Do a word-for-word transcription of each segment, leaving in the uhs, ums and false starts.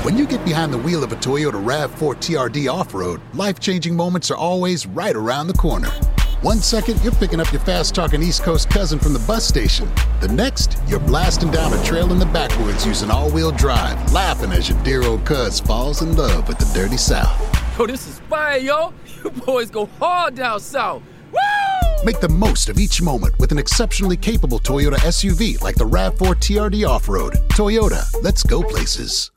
When you get behind the wheel of a Toyota RAV four T R D off-road, life-changing moments are always right around the corner. One second, you're picking up your fast-talking East Coast cousin from the bus station. The next, you're blasting down a trail in the backwoods using all-wheel drive, laughing as your dear old cuz falls in love with the dirty South. Yo, this is fire, yo. You boys go hard down south. Woo! Make the most of each moment with an exceptionally capable Toyota S U V like the RAV four T R D Off-Road. Toyota, let's go places.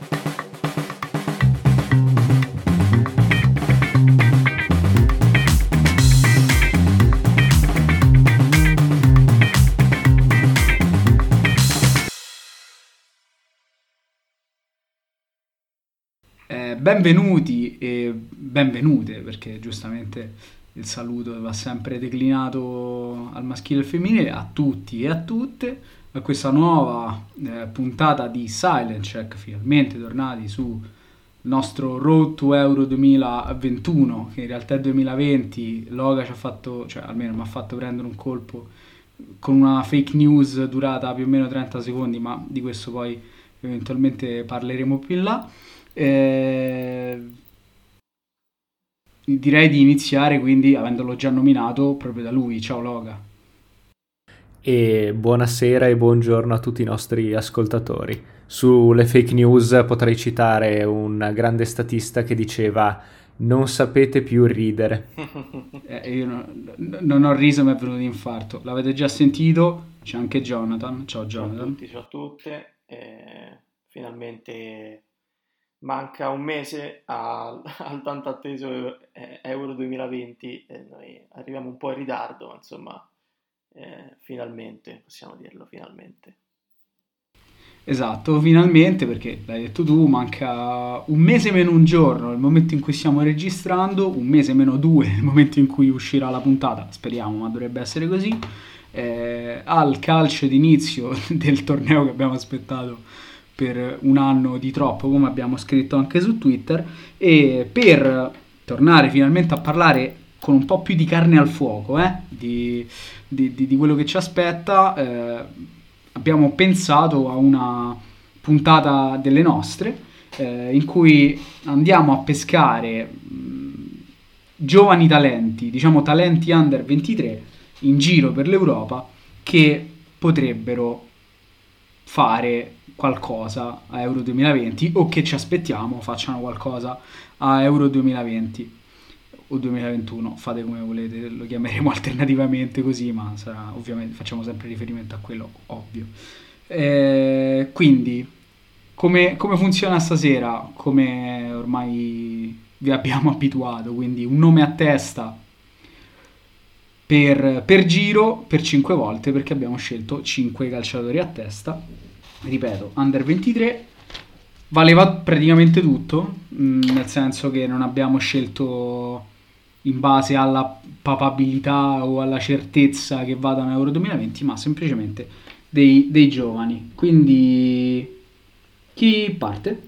Benvenuti e benvenute, perché giustamente il saluto va sempre declinato al maschile e al femminile, a tutti e a tutte, a questa nuova eh, puntata di Silent Check, finalmente tornati sul nostro Road to Euro duemilaventuno, che in realtà è duemilaventi. Loga ci ha fatto, cioè almeno mi ha fatto prendere un colpo con una fake news durata più o meno trenta secondi, ma di questo poi eventualmente parleremo più in là. Eh, direi di iniziare quindi, avendolo già nominato, proprio da lui. Ciao Loga. E buonasera e buongiorno a tutti i nostri ascoltatori. Sulle fake news potrei citare un grande statista che diceva: non sapete più ridere. eh, io no, non ho riso, mi è venuto infarto. L'avete già sentito? C'è anche Jonathan. Ciao Jonathan. Ciao a tutti, ciao a tutte. Eh, finalmente manca un mese al, al tanto atteso eh, Euro duemilaventi e noi arriviamo un po' in ritardo, ma insomma, eh, finalmente, possiamo dirlo, finalmente. Esatto, finalmente, perché l'hai detto tu, manca un mese meno un giorno nel momento in cui stiamo registrando, un mese meno due nel momento in cui uscirà la puntata, speriamo, ma dovrebbe essere così, eh, al calcio d'inizio del torneo che abbiamo aspettato per un anno di troppo, come abbiamo scritto anche su Twitter, e per tornare finalmente a parlare con un po' più di carne al fuoco eh, di, di, di, di quello che ci aspetta, eh, abbiamo pensato a una puntata delle nostre eh, in cui andiamo a pescare mh, giovani talenti, diciamo talenti under ventitré in giro per l'Europa che potrebbero fare qualcosa a Euro duemilaventi, o che ci aspettiamo facciano qualcosa a Euro duemilaventi o duemilaventuno, fate come volete, lo chiameremo alternativamente così, ma sarà, ovviamente facciamo sempre riferimento a quello ovvio. Eh, quindi come, come funziona stasera? Come ormai vi abbiamo abituato, quindi un nome a testa per, per giro per cinque volte, perché abbiamo scelto cinque calciatori a testa. Ripeto, under ventitré, valeva praticamente tutto, mh, nel senso che non abbiamo scelto in base alla papabilità o alla certezza che vadano a Euro duemilaventi, ma semplicemente dei, dei giovani. Quindi chi parte?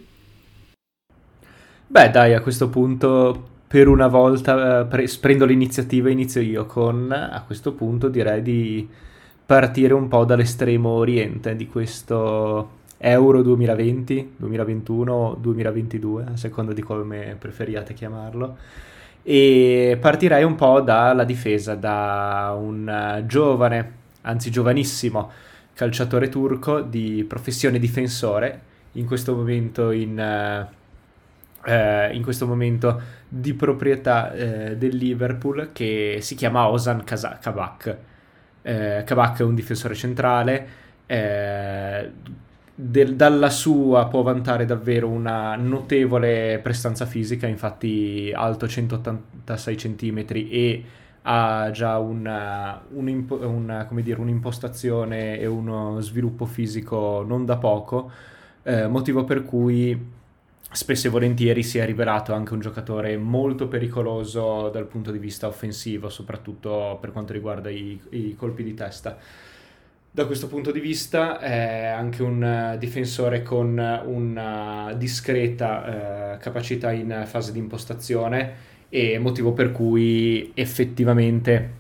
Beh dai, a questo punto per una volta eh, pre- prendo l'iniziativa e inizio io con, a questo punto direi di partire un po' dall'estremo oriente di questo Euro duemilaventi, duemilaventuno, duemilaventidue, a seconda di come preferiate chiamarlo, e partirei un po' dalla difesa, da un giovane, anzi giovanissimo calciatore turco di professione difensore, in questo momento in, eh, in questo momento di proprietà eh, del Liverpool, che si chiama Ozan Kabak. Eh, Kabak è un difensore centrale, eh, del, dalla sua può vantare davvero una notevole prestanza fisica, infatti alto centottantasei centimetri e ha già una, un, una, come dire, un'impostazione e uno sviluppo fisico non da poco, eh, motivo per cui spesso e volentieri si è rivelato anche un giocatore molto pericoloso dal punto di vista offensivo, soprattutto per quanto riguarda i, i colpi di testa. Da questo punto di vista è anche un difensore con una discreta eh, capacità in fase di impostazione, e motivo per cui effettivamente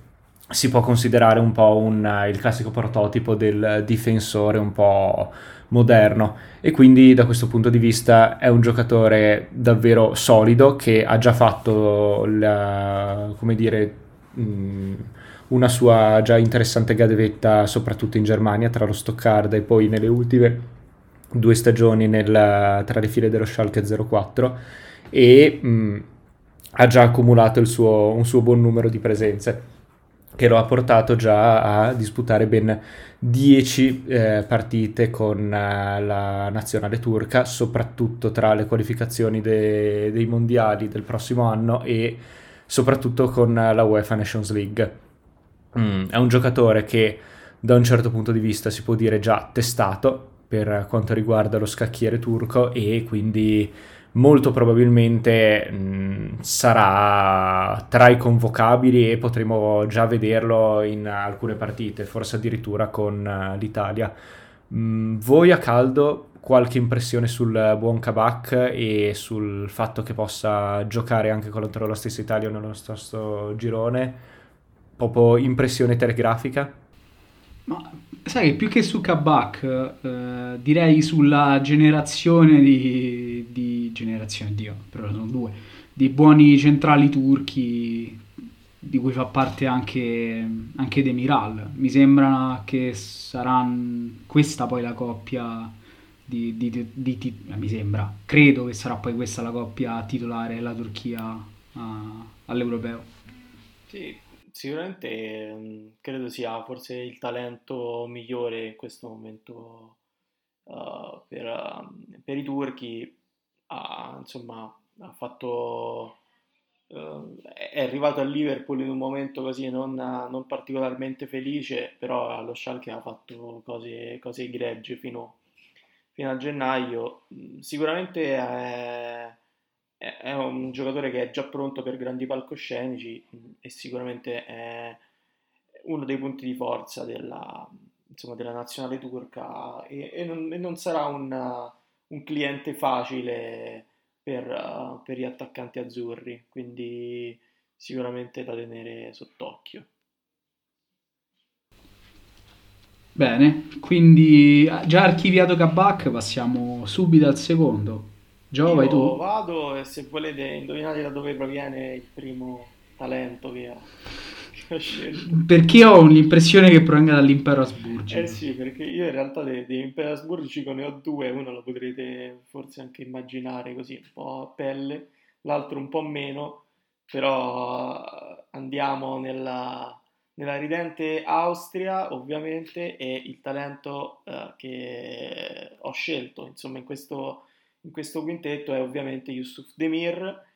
si può considerare un po' un, il classico prototipo del difensore un po' moderno, e quindi da questo punto di vista è un giocatore davvero solido che ha già fatto la, come dire, mh, una sua già interessante gavetta soprattutto in Germania tra lo Stoccarda e poi nelle ultime due stagioni nel, tra le file dello Schalke zero quattro, e mh, ha già accumulato il suo, un suo buon numero di presenze che lo ha portato già a disputare ben dieci eh, partite con eh, la nazionale turca, soprattutto tra le qualificazioni de- dei mondiali del prossimo anno e soprattutto con la UEFA Nations League. Mm, è un giocatore che da un certo punto di vista si può dire già testato per quanto riguarda lo scacchiere turco, e quindi molto probabilmente mh, sarà tra i convocabili e potremo già vederlo in alcune partite, forse addirittura con uh, l'Italia. Mh, voi a caldo qualche impressione sul buon Kabak e sul fatto che possa giocare anche contro la stessa Italia nello stesso girone? Proprio impressione telegrafica? Ma sai che più che su Kabak, eh, direi sulla generazione di, di generazione, Dio, però sono due, di buoni centrali turchi di cui fa parte anche, anche Demiral. Mi sembra che sarà questa poi la coppia di, di, di, di- di- eh, mi sembra, credo che sarà poi questa la coppia titolare della Turchia a- all'Europeo. Sì, sicuramente mh, credo sia forse il talento migliore in questo momento uh, per, uh, per i turchi. Ha, insomma, ha fatto, uh, è arrivato a Liverpool in un momento così non, non particolarmente felice, però allo Schalke ha fatto cose, cose egregie fino, fino a gennaio. Mm, Sicuramente è, è- è un giocatore che è già pronto per grandi palcoscenici, mm, e sicuramente è uno dei punti di forza della, insomma, della nazionale turca, e, e non, e non sarà un, un cliente facile per, uh, per gli attaccanti azzurri, quindi sicuramente da tenere sott'occhio. Bene, quindi ah, già archiviato Kabak, passiamo subito al secondo. Gio, vai Io tu? vado e se volete indovinate da dove proviene il primo talento che ho, che ho scelto. Perché ho l'impressione che provenga dall'impero Eh asburgico. sì, perché io in realtà dei, dei imperi asburgici ne ho due, uno lo potrete forse anche immaginare così, un po' a pelle, l'altro un po' meno, però eh, andiamo nella, nella ridente Austria, ovviamente, e il talento eh, che ho scelto, insomma, in questo, in questo quintetto è ovviamente Yusuf Demir.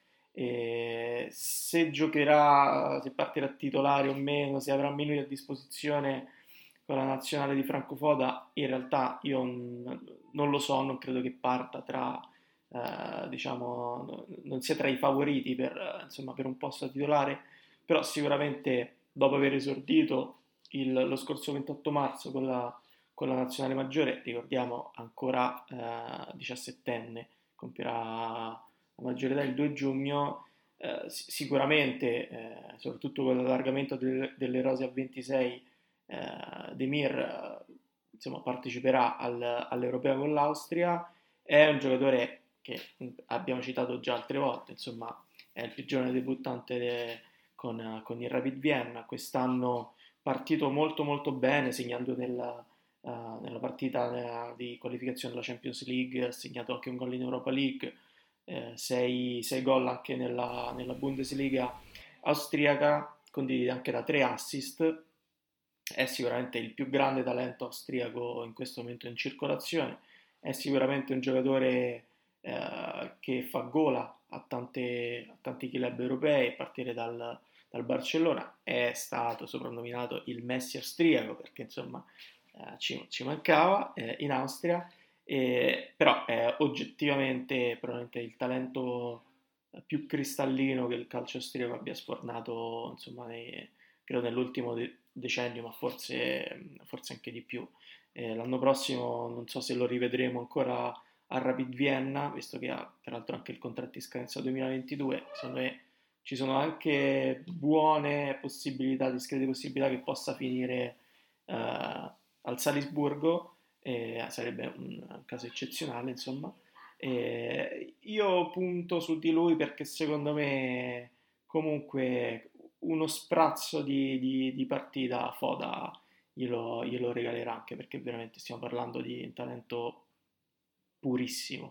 E se giocherà, se partirà titolare o meno, se avrà minuti a disposizione con la nazionale di Franco Foda, in realtà io n- non lo so, non credo che parta tra, eh, diciamo, no- non sia tra i favoriti per, eh, insomma, per un posto titolare, però sicuramente dopo aver esordito il- lo scorso ventotto marzo con la, con la nazionale maggiore, ricordiamo ancora eh, diciassettenne, compierà la maggiore età il due giugno. Eh, si- sicuramente, eh, soprattutto con l'allargamento delle, delle rose a ventisei, eh, Demir eh, insomma, parteciperà al, all'Europeo con l'Austria. È un giocatore che mh, abbiamo citato già altre volte, insomma, è il più giovane debuttante de- con, eh, con il Rapid Vienna. Quest'anno partito molto molto bene, segnando nella, eh, nella partita eh, di qualificazione della Champions League, ha segnato anche un gol in Europa League, sei gol anche nella, nella Bundesliga austriaca, condivide anche da tre assist. È sicuramente il più grande talento austriaco in questo momento in circolazione, è sicuramente un giocatore eh, che fa gola a, tante, a tanti club europei, a partire dal, dal Barcellona. È stato soprannominato il Messi austriaco perché insomma eh, ci, ci mancava eh, in Austria, e, però è oggettivamente probabilmente il talento più cristallino che il calcio austriaco abbia sfornato, insomma, nei, credo nell'ultimo de- decennio, ma forse, forse anche di più. Eh, l'anno prossimo non so se lo rivedremo ancora a Rapid Vienna, visto che ha peraltro anche il contratto in scadenza duemilaventidue. Secondo me ci sono anche buone possibilità, discrete possibilità che possa finire eh, al Salisburgo, eh, sarebbe un, un caso eccezionale, insomma. Eh, io punto su di lui perché secondo me comunque uno sprazzo di, di, di partita Foda glielo, glielo regalerà, anche perché veramente stiamo parlando di un talento purissimo.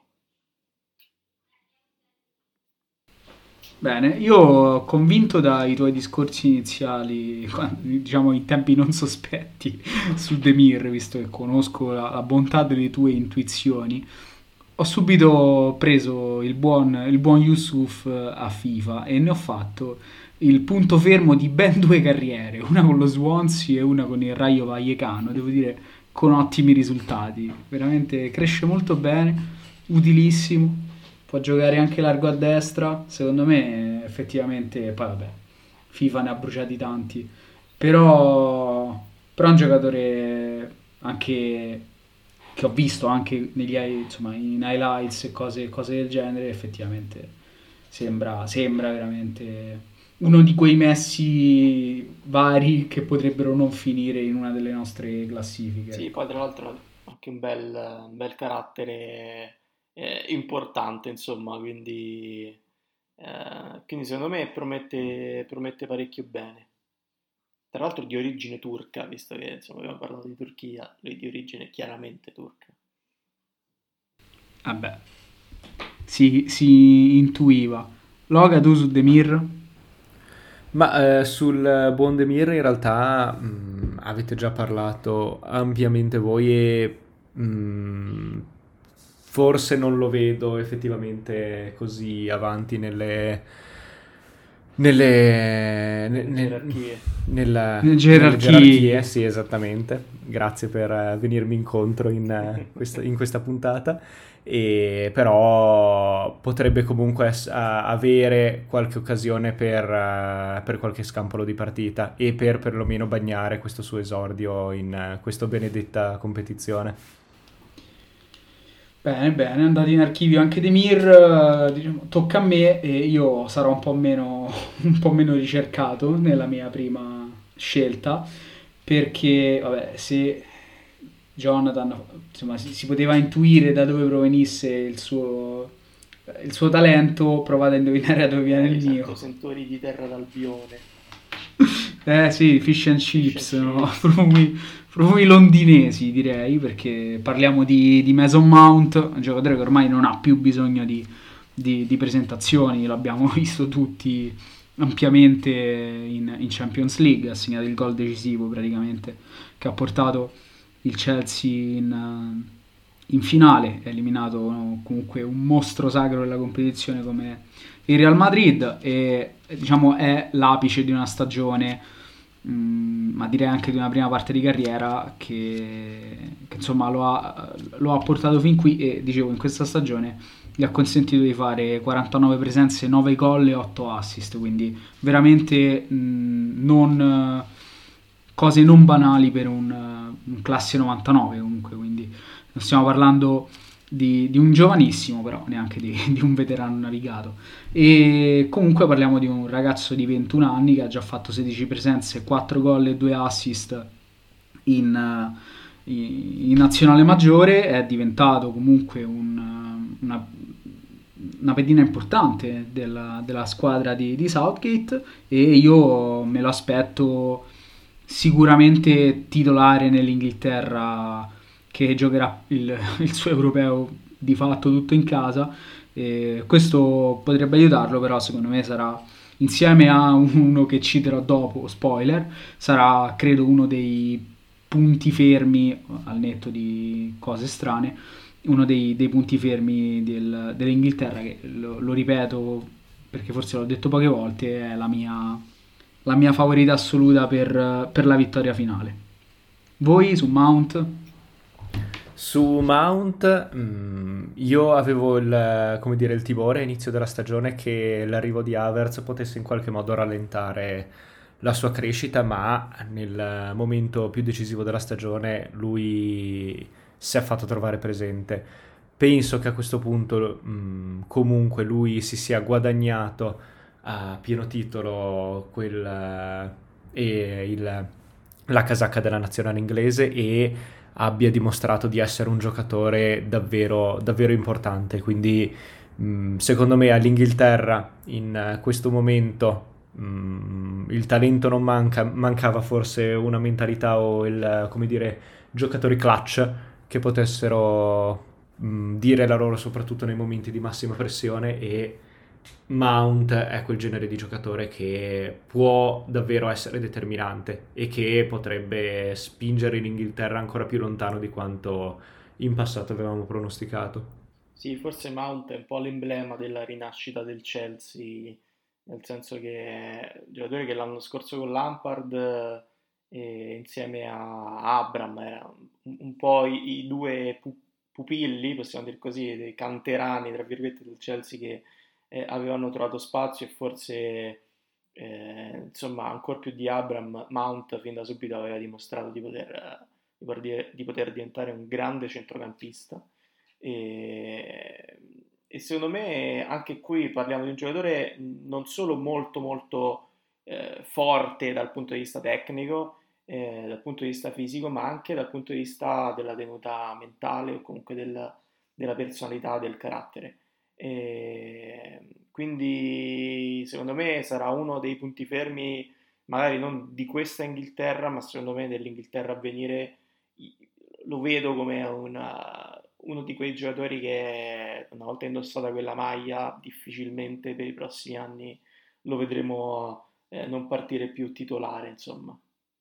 Bene, io convinto dai tuoi discorsi iniziali, qua- diciamo in tempi non sospetti, su Demir, visto che conosco la, la bontà delle tue intuizioni, ho subito preso il buon, il buon Yusuf a FIFA e ne ho fatto il punto fermo di ben due carriere, una con lo Swansea e una con il Rayo Vallecano, devo dire con ottimi risultati. Veramente cresce molto bene, utilissimo, può giocare anche largo a destra, secondo me effettivamente, poi vabbè, FIFA ne ha bruciati tanti, però, però è un giocatore anche che ho visto anche negli, insomma, in highlights e cose, cose del genere, effettivamente sembra, sembra veramente uno di quei Messi vari che potrebbero non finire in una delle nostre classifiche. Sì, poi tra l'altro ha anche un bel, un bel carattere eh, importante, insomma, quindi, eh, quindi secondo me promette, promette parecchio bene. Tra l'altro di origine turca, visto che insomma abbiamo parlato di Turchia, lui di origine chiaramente turca. Vabbè, si, si intuiva. Loga, tu su Demir? Ma eh, sul buon Demir in realtà mh, avete già parlato ampiamente voi e mh, forse non lo vedo effettivamente così avanti nelle nelle, ne, ne, gerarchie. nella, Le gerarchie. nelle gerarchie, sì, esattamente. Grazie per eh, venirmi incontro in, eh, questa, in questa puntata. E però potrebbe comunque ess- a- avere qualche occasione per, eh, per qualche scampolo di partita e per perlomeno bagnare questo suo esordio in eh, questa benedetta competizione. Bene, bene, andati in archivio anche Demir, eh, diciamo, tocca a me e io sarò un po' meno, un po' meno ricercato nella mia prima scelta, perché, vabbè, se Jonathan, insomma, si, si poteva intuire da dove provenisse il suo, il suo talento, provate a indovinare da dove viene il Esatto, mio. sentori di terra d'Albione. Eh sì, fish and chips, Fish and no? chips. Profumi, profumi londinesi direi, perché parliamo di, di Mason Mount, un giocatore che ormai non ha più bisogno di, di- di presentazioni, l'abbiamo visto tutti ampiamente in, in Champions League, ha segnato il gol decisivo praticamente, che ha portato il Chelsea in, eh, in finale, ha eliminato no, comunque un mostro sacro della competizione come il Real Madrid e diciamo è l'apice di una stagione, mh, ma direi anche di una prima parte di carriera che, che, insomma lo ha, lo ha portato fin qui e dicevo in questa stagione gli ha consentito di fare quarantanove presenze, nove gol e otto assist, quindi veramente mh, non, cose non banali per un, un classe novantanove comunque, quindi non stiamo parlando di, di un giovanissimo, però neanche di, di un veterano navigato. E comunque parliamo di un ragazzo di ventuno anni che ha già fatto sedici presenze, quattro gol e due assist in, eh, in nazionale maggiore, è diventato comunque un, una, una pedina importante della, della squadra di, di Southgate e io me lo aspetto sicuramente titolare nell'Inghilterra che giocherà il, il suo europeo di fatto tutto in casa. E questo potrebbe aiutarlo, però secondo me sarà, insieme a uno che citerò dopo, spoiler, sarà credo uno dei punti fermi, al netto di cose strane, uno dei, dei punti fermi del, dell'Inghilterra, che lo, lo ripeto perché forse l'ho detto poche volte, è la mia, la mia favorita assoluta per, per la vittoria finale. Voi su Mount? Su Mount, mm, io avevo il, come dire, il timore a inizio della stagione che l'arrivo di Havertz potesse in qualche modo rallentare la sua crescita, ma nel momento più decisivo della stagione lui si è fatto trovare presente. Penso che a questo punto mm, comunque lui si sia guadagnato a pieno titolo quel, eh, e il, la casacca della nazionale inglese e abbia dimostrato di essere un giocatore davvero, davvero importante. Quindi mh, secondo me all'Inghilterra in questo momento mh, il talento non manca, mancava forse una mentalità o il, come dire, giocatori clutch che potessero mh, dire la loro soprattutto nei momenti di massima pressione, e Mount è quel genere di giocatore che può davvero essere determinante e che potrebbe spingere l'Inghilterra ancora più lontano di quanto in passato avevamo pronosticato. Sì, forse Mount è un po' l'emblema della rinascita del Chelsea, nel senso che è un giocatore che l'anno scorso con Lampard eh, insieme a Abram era un, un po' i, i due pu- pupilli, possiamo dire così, dei canterani, tra virgolette, del Chelsea che eh, avevano trovato spazio, e forse eh, insomma ancora più di Abram, Mount fin da subito aveva dimostrato di poter, eh, di poter, di poter diventare un grande centrocampista. E, e secondo me anche qui parliamo di un giocatore non solo molto molto eh, forte dal punto di vista tecnico, eh, dal punto di vista fisico, ma anche dal punto di vista della tenuta mentale o comunque del- della personalità, del carattere. E quindi secondo me sarà uno dei punti fermi, magari non di questa Inghilterra, ma secondo me dell'Inghilterra a venire. Lo vedo come una- uno di quei giocatori che una volta indossata quella maglia difficilmente per i prossimi anni lo vedremo eh, non partire più titolare, insomma.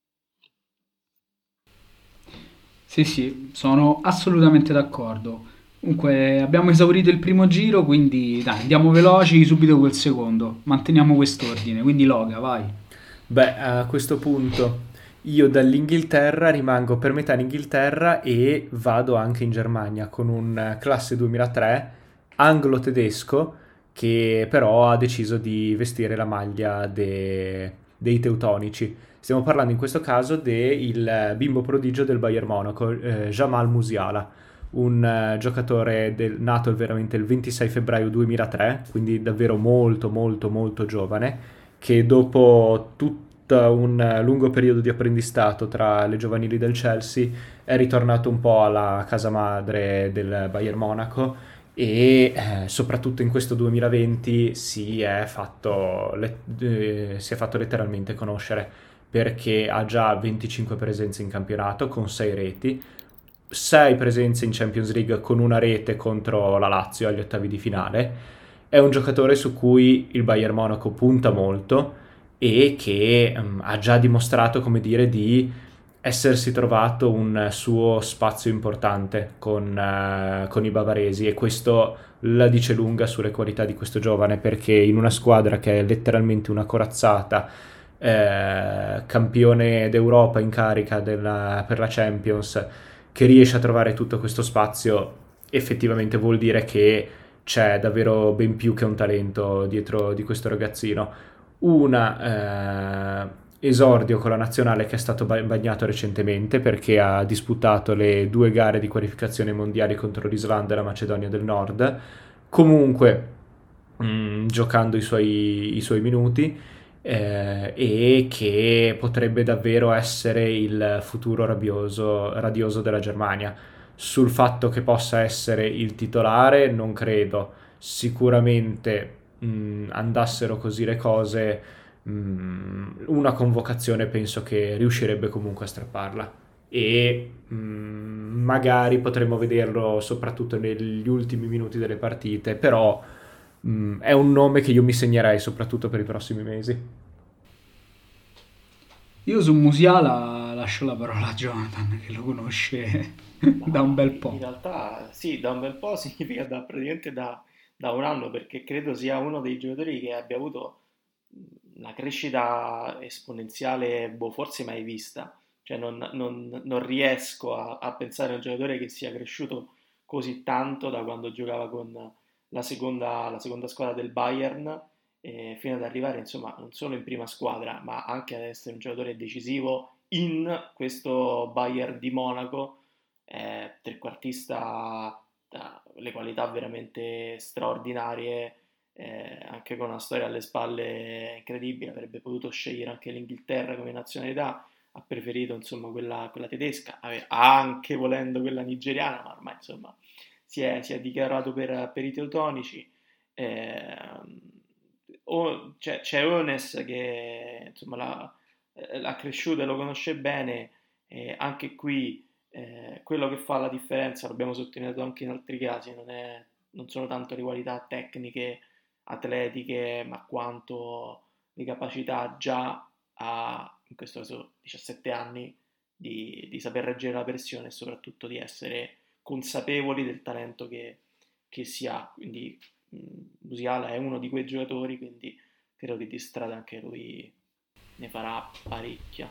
Sì, sì, sono assolutamente d'accordo. Comunque abbiamo esaurito il primo giro, quindi dai, andiamo veloci subito col secondo. Manteniamo quest'ordine, quindi Loga, vai. Beh, a questo punto io dall'Inghilterra rimango per metà in Inghilterra e vado anche in Germania con un eh, classe duemilatré anglo-tedesco che però ha deciso di vestire la maglia de- dei teutonici. Stiamo parlando in questo caso del bimbo prodigio del Bayern Monaco, eh, Jamal Musiala, un eh, giocatore del- nato veramente il ventisei febbraio duemilatré, quindi davvero molto molto molto giovane, che dopo tutto un lungo periodo di apprendistato tra le giovanili del Chelsea è ritornato un po' alla casa madre del Bayern Monaco e eh, soprattutto in questo duemilaventi si è fatto, le- eh, si è fatto letteralmente conoscere, perché ha già venticinque presenze in campionato con sei reti, sei presenze in Champions League con una rete contro la Lazio agli ottavi di finale. È un giocatore su cui il Bayern Monaco punta molto e che ehm, ha già dimostrato, come dire, di essersi trovato un suo spazio importante con, eh, con i bavaresi, e questo la dice lunga sulle qualità di questo giovane, perché in una squadra che è letteralmente una corazzata, eh, campione d'Europa in carica della- per la Champions, che riesce a trovare tutto questo spazio, effettivamente vuol dire che c'è davvero ben più che un talento dietro di questo ragazzino. Una eh, esordio con la nazionale che è stato ba- bagnato recentemente, perché ha disputato le due gare di qualificazione mondiali contro l'Islanda e la Macedonia del Nord, comunque mh, giocando i suoi, i suoi minuti, eh, e che potrebbe davvero essere il futuro rabbioso, radioso della Germania. Sul fatto che possa essere il titolare non credo. Sicuramente mh, andassero così le cose, mh, una convocazione penso che riuscirebbe comunque a strapparla, e mh, magari potremmo vederlo soprattutto negli ultimi minuti delle partite, però mh, è un nome che io mi segnerei soprattutto per i prossimi mesi. Io su Musiala lascio la parola a Jonathan, che lo conosce da un Ma bel in po'. realtà sì, da un bel po' significa da, praticamente da, da un anno, perché credo sia uno dei giocatori che abbia avuto una crescita esponenziale, boh, forse mai vista. Cioè non, non- non riesco a, a pensare a un giocatore che sia cresciuto così tanto da quando giocava con la seconda, la seconda squadra del Bayern, eh, fino ad arrivare, insomma, non solo in prima squadra, ma anche ad essere un giocatore decisivo in questo Bayern di Monaco, eh, trequartista dalle qualità veramente straordinarie, eh, anche con una storia alle spalle incredibile, avrebbe potuto scegliere anche l'Inghilterra come nazionalità, ha preferito insomma quella, quella tedesca, anche volendo quella nigeriana, ma ormai insomma si è, si è dichiarato per, per i teutonici. Eh, o, c'è, c'è Ones che insomma l'ha, l'ha cresciuto e lo conosce bene, eh, anche qui eh, quello che fa la differenza, l'abbiamo sottolineato anche in altri casi, non, è, non sono tanto le qualità tecniche, atletiche, ma quanto le capacità già a, in questo caso diciassette anni, di, di saper reggere la pressione e soprattutto di essere consapevoli del talento che, che si ha. Quindi Musiala è uno di quei giocatori, quindi credo che di strada anche lui ne farà parecchia.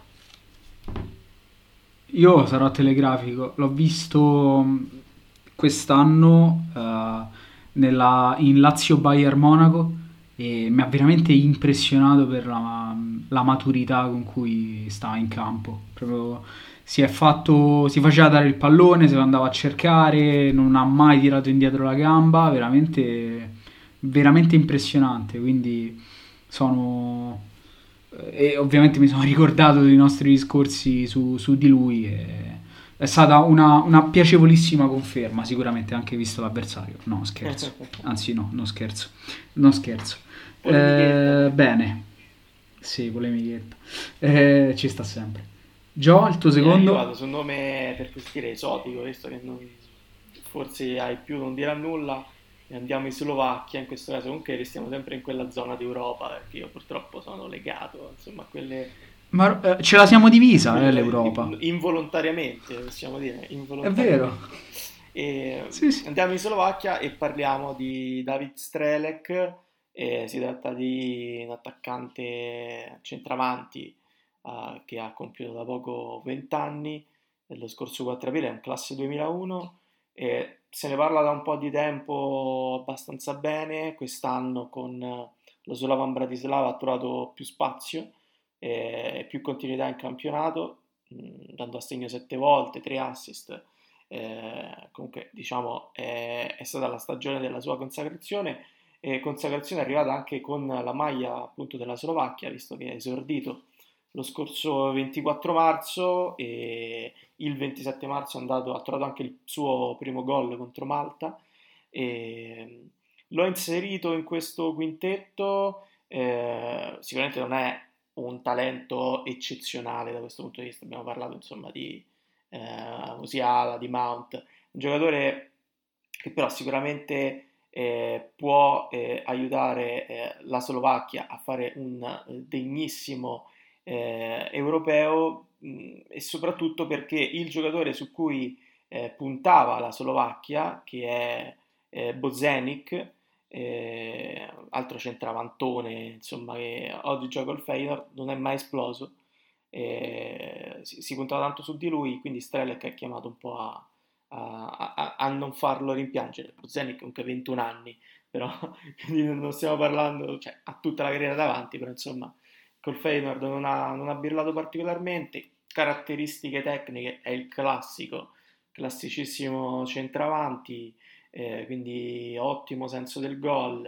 Io sarò telegrafico, l'ho visto quest'anno uh, nella, in Lazio Bayern Monaco e mi ha veramente impressionato per la, la maturità con cui stava in campo. Proprio si è fatto, si faceva dare il pallone, se lo andava a cercare, non ha mai tirato indietro la gamba, veramente veramente impressionante. Quindi sono e ovviamente mi sono ricordato dei nostri discorsi su, su di lui e è stata una, una piacevolissima conferma, sicuramente anche visto l'avversario. No, scherzo, anzi no, non scherzo, non scherzo. Eh, bene, sì, polemichetta, eh, ci sta sempre. Gio, il tuo secondo? Eh, io vado su un nome per così dire esotico, visto che non, forse ai più non dirà nulla, e andiamo in Slovacchia, in questo caso comunque restiamo sempre in quella zona d'Europa, perché io purtroppo sono legato insomma a quelle... Ma eh, ce la siamo divisa eh, l'Europa. Involontariamente, possiamo dire, involontariamente. È vero. E sì, sì. Andiamo in Slovacchia e parliamo di David Strelec, e si tratta di un attaccante centravanti uh, che ha compiuto da poco venti anni, lo scorso quattro aprile, è un classe duemilauno, e se ne parla da un po' di tempo abbastanza bene. Quest'anno con lo Slovan Bratislava ha trovato più spazio e più continuità in campionato, mh, dando a segno sette volte, tre assist. Eh, comunque diciamo è, è stata la stagione della sua consacrazione, e consacrazione arrivata anche con la maglia appunto della Slovacchia, visto che è esordito lo scorso ventiquattro marzo e il ventisette marzo è andato, ha trovato anche il suo primo gol contro Malta, e l'ho inserito in questo quintetto. Eh, sicuramente non è un talento eccezionale da questo punto di vista, abbiamo parlato insomma di eh, Musiala, di Mount, un giocatore che però sicuramente eh, può eh, aiutare eh, la Slovacchia a fare un degnissimo Eh, europeo, mh, e soprattutto perché il giocatore su cui eh, puntava la Slovacchia, che è eh, Bozenic, eh, altro centravantone insomma che oggi gioca al Feyenoord, non è mai esploso, eh, si, si puntava tanto su di lui, quindi Strelec è chiamato un po' a, a, a, a non farlo rimpiangere. Bozenic comunque ventuno anni, però quindi non stiamo parlando, cioè ha tutta la carriera davanti, però insomma col Feyenoord non ha, non ha birlato particolarmente. Caratteristiche tecniche, è il classico, classicissimo centravanti, eh, quindi ottimo senso del gol,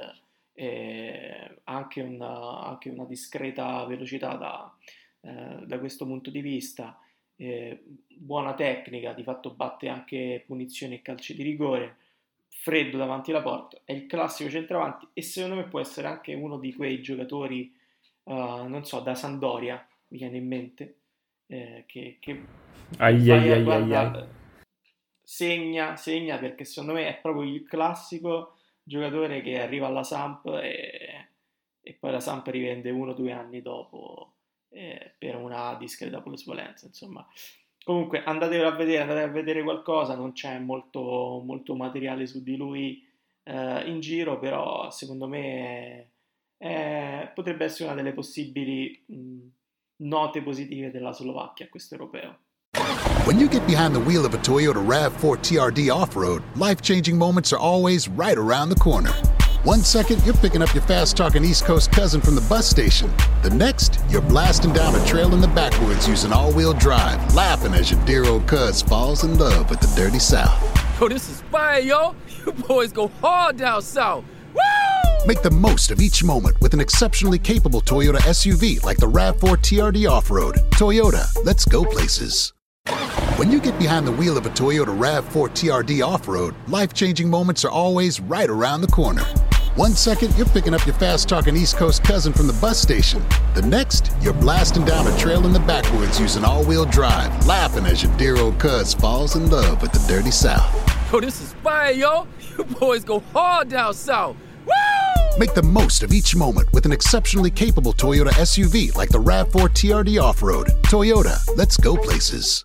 eh, anche, una, anche una discreta velocità da, eh, da questo punto di vista, eh, buona tecnica, di fatto batte anche punizioni e calci di rigore, freddo davanti alla porta, è il classico centravanti e secondo me può essere anche uno di quei giocatori Uh, non so, da Sampdoria mi viene in mente, eh, che, che ai, ai, ai, guarda, ai, ai. segna segna perché secondo me è proprio il classico giocatore che arriva alla Samp e, e poi la Samp rivende uno o due anni dopo eh, per una discreta plusvalenza. Insomma, comunque andatevelo a vedere, andate a vedere qualcosa, non c'è molto, molto materiale su di lui eh, in giro, però secondo me è, Eh, potrebbe essere una delle possibili mh, note positive della Slovacchia a questo europeo. When you get behind the wheel of a Toyota RAV four T R D off-road, life-changing moments are always right around the corner. One second, you're picking up your fast-talking East Coast cousin from the bus station. The next, you're blasting down a trail in the backwoods using all-wheel drive, laughing as your dear old cuz falls in love with the dirty South. Yo, this is fire, yo. You boys go hard down south. Make the most of each moment with an exceptionally capable Toyota S U V like the RAV four T R D Off-Road. Toyota, let's go places. When you get behind the wheel of a Toyota RAV four T R D Off-Road, life-changing moments are always right around the corner. One second, you're picking up your fast-talking East Coast cousin from the bus station. The next, you're blasting down a trail in the backwoods using all-wheel drive, laughing as your dear old cuz falls in love with the dirty South. Yo, this is fire, yo. You boys go hard down south. Woo! Make the most of each moment with an exceptionally capable Toyota S U V like the RAV four T R D Off-Road. Toyota, let's go places.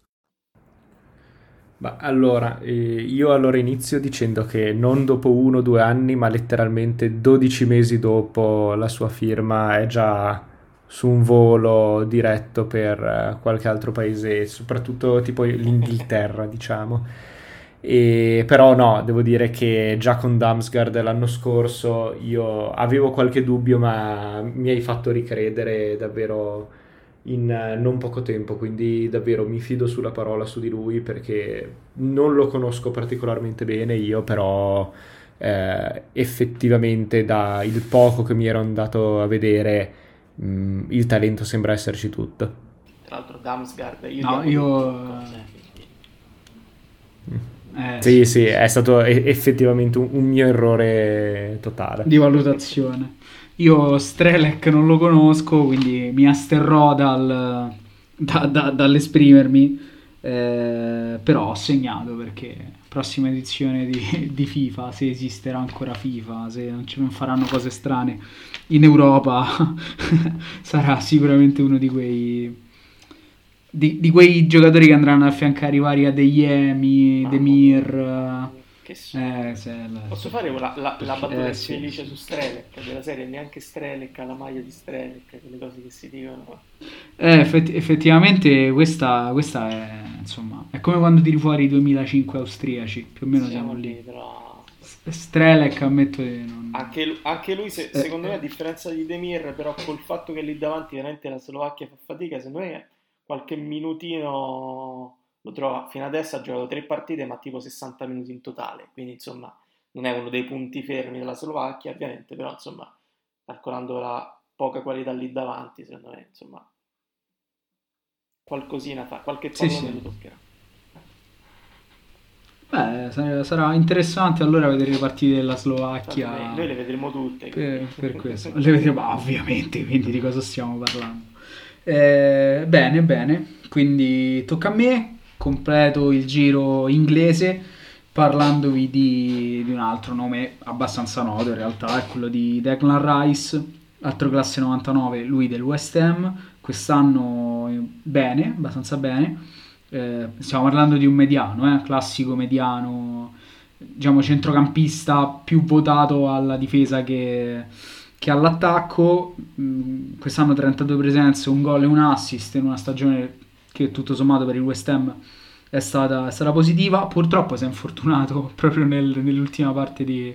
Ma allora, eh, io allora inizio dicendo che non dopo uno o due anni, ma letteralmente dodici mesi dopo la sua firma è già su un volo diretto per eh, qualche altro paese, soprattutto tipo l'Inghilterra, diciamo. E, però no, devo dire che già con Damsgaard l'anno scorso io avevo qualche dubbio, ma mi hai fatto ricredere davvero in eh, non poco tempo, quindi davvero mi fido sulla parola su di lui, perché non lo conosco particolarmente bene io, però eh, effettivamente da il poco che mi ero andato a vedere mh, il talento sembra esserci tutto. Tra l'altro Damsgaard, io No, diamo io- tutte le cose, quindi- Eh, Sì, sì, è stato e- effettivamente un, un mio errore totale. di valutazione. Io Strelec non lo conosco, quindi mi asterrò dal, da- da- dall'esprimermi, eh, però ho segnato perché prossima edizione di, di FIFA, se esisterà ancora FIFA, se non ci non faranno cose strane in Europa, sarà sicuramente uno di quei di, di quei giocatori che andranno a affiancare i vari Adeyemi, Mamma Demir. mia. Che so- Eh, se- la- Posso fare la, la, la battuta Eh, sì. felice su Strelec della serie? Neanche Strelec ha la maglia di Strelec, quelle cose che si dicono. Eh, effetti- effettivamente questa, questa è, insomma, è come quando tiri fuori i duemilacinque austriaci, più o meno siamo lì. però Strelec ammetto che non... anche, lu- anche lui se- Eh, secondo me eh. a differenza di Demir, però col fatto che lì davanti veramente la Slovacchia fa fatica, secondo me qualche minutino lo trova. Fino adesso ha giocato tre partite ma tipo sessanta minuti in totale, quindi insomma non è uno dei punti fermi della Slovacchia ovviamente, però insomma calcolando la poca qualità lì davanti, secondo me insomma qualcosina fa, qualche Sì, pallone sì. lo toccherà. Beh, sarà, sarà interessante allora vedere le partite della Slovacchia. Noi, noi le vedremo tutte. Per, per questo le vedremo, ah, ovviamente, quindi di cosa stiamo parlando. Eh, bene, bene, quindi tocca a me, completo il giro inglese parlandovi di, di un altro nome abbastanza noto in realtà, è quello di Declan Rice, altro classe novantanove, lui del West Ham, quest'anno eh, bene, abbastanza bene. Eh, stiamo parlando di un mediano, eh, classico mediano, diciamo centrocampista più votato alla difesa che, che all'attacco. Mm, quest'anno trentadue presenze, un gol e un assist in una stagione che tutto sommato per il West Ham è stata, è stata positiva. Purtroppo si è infortunato proprio nel- nell'ultima parte di,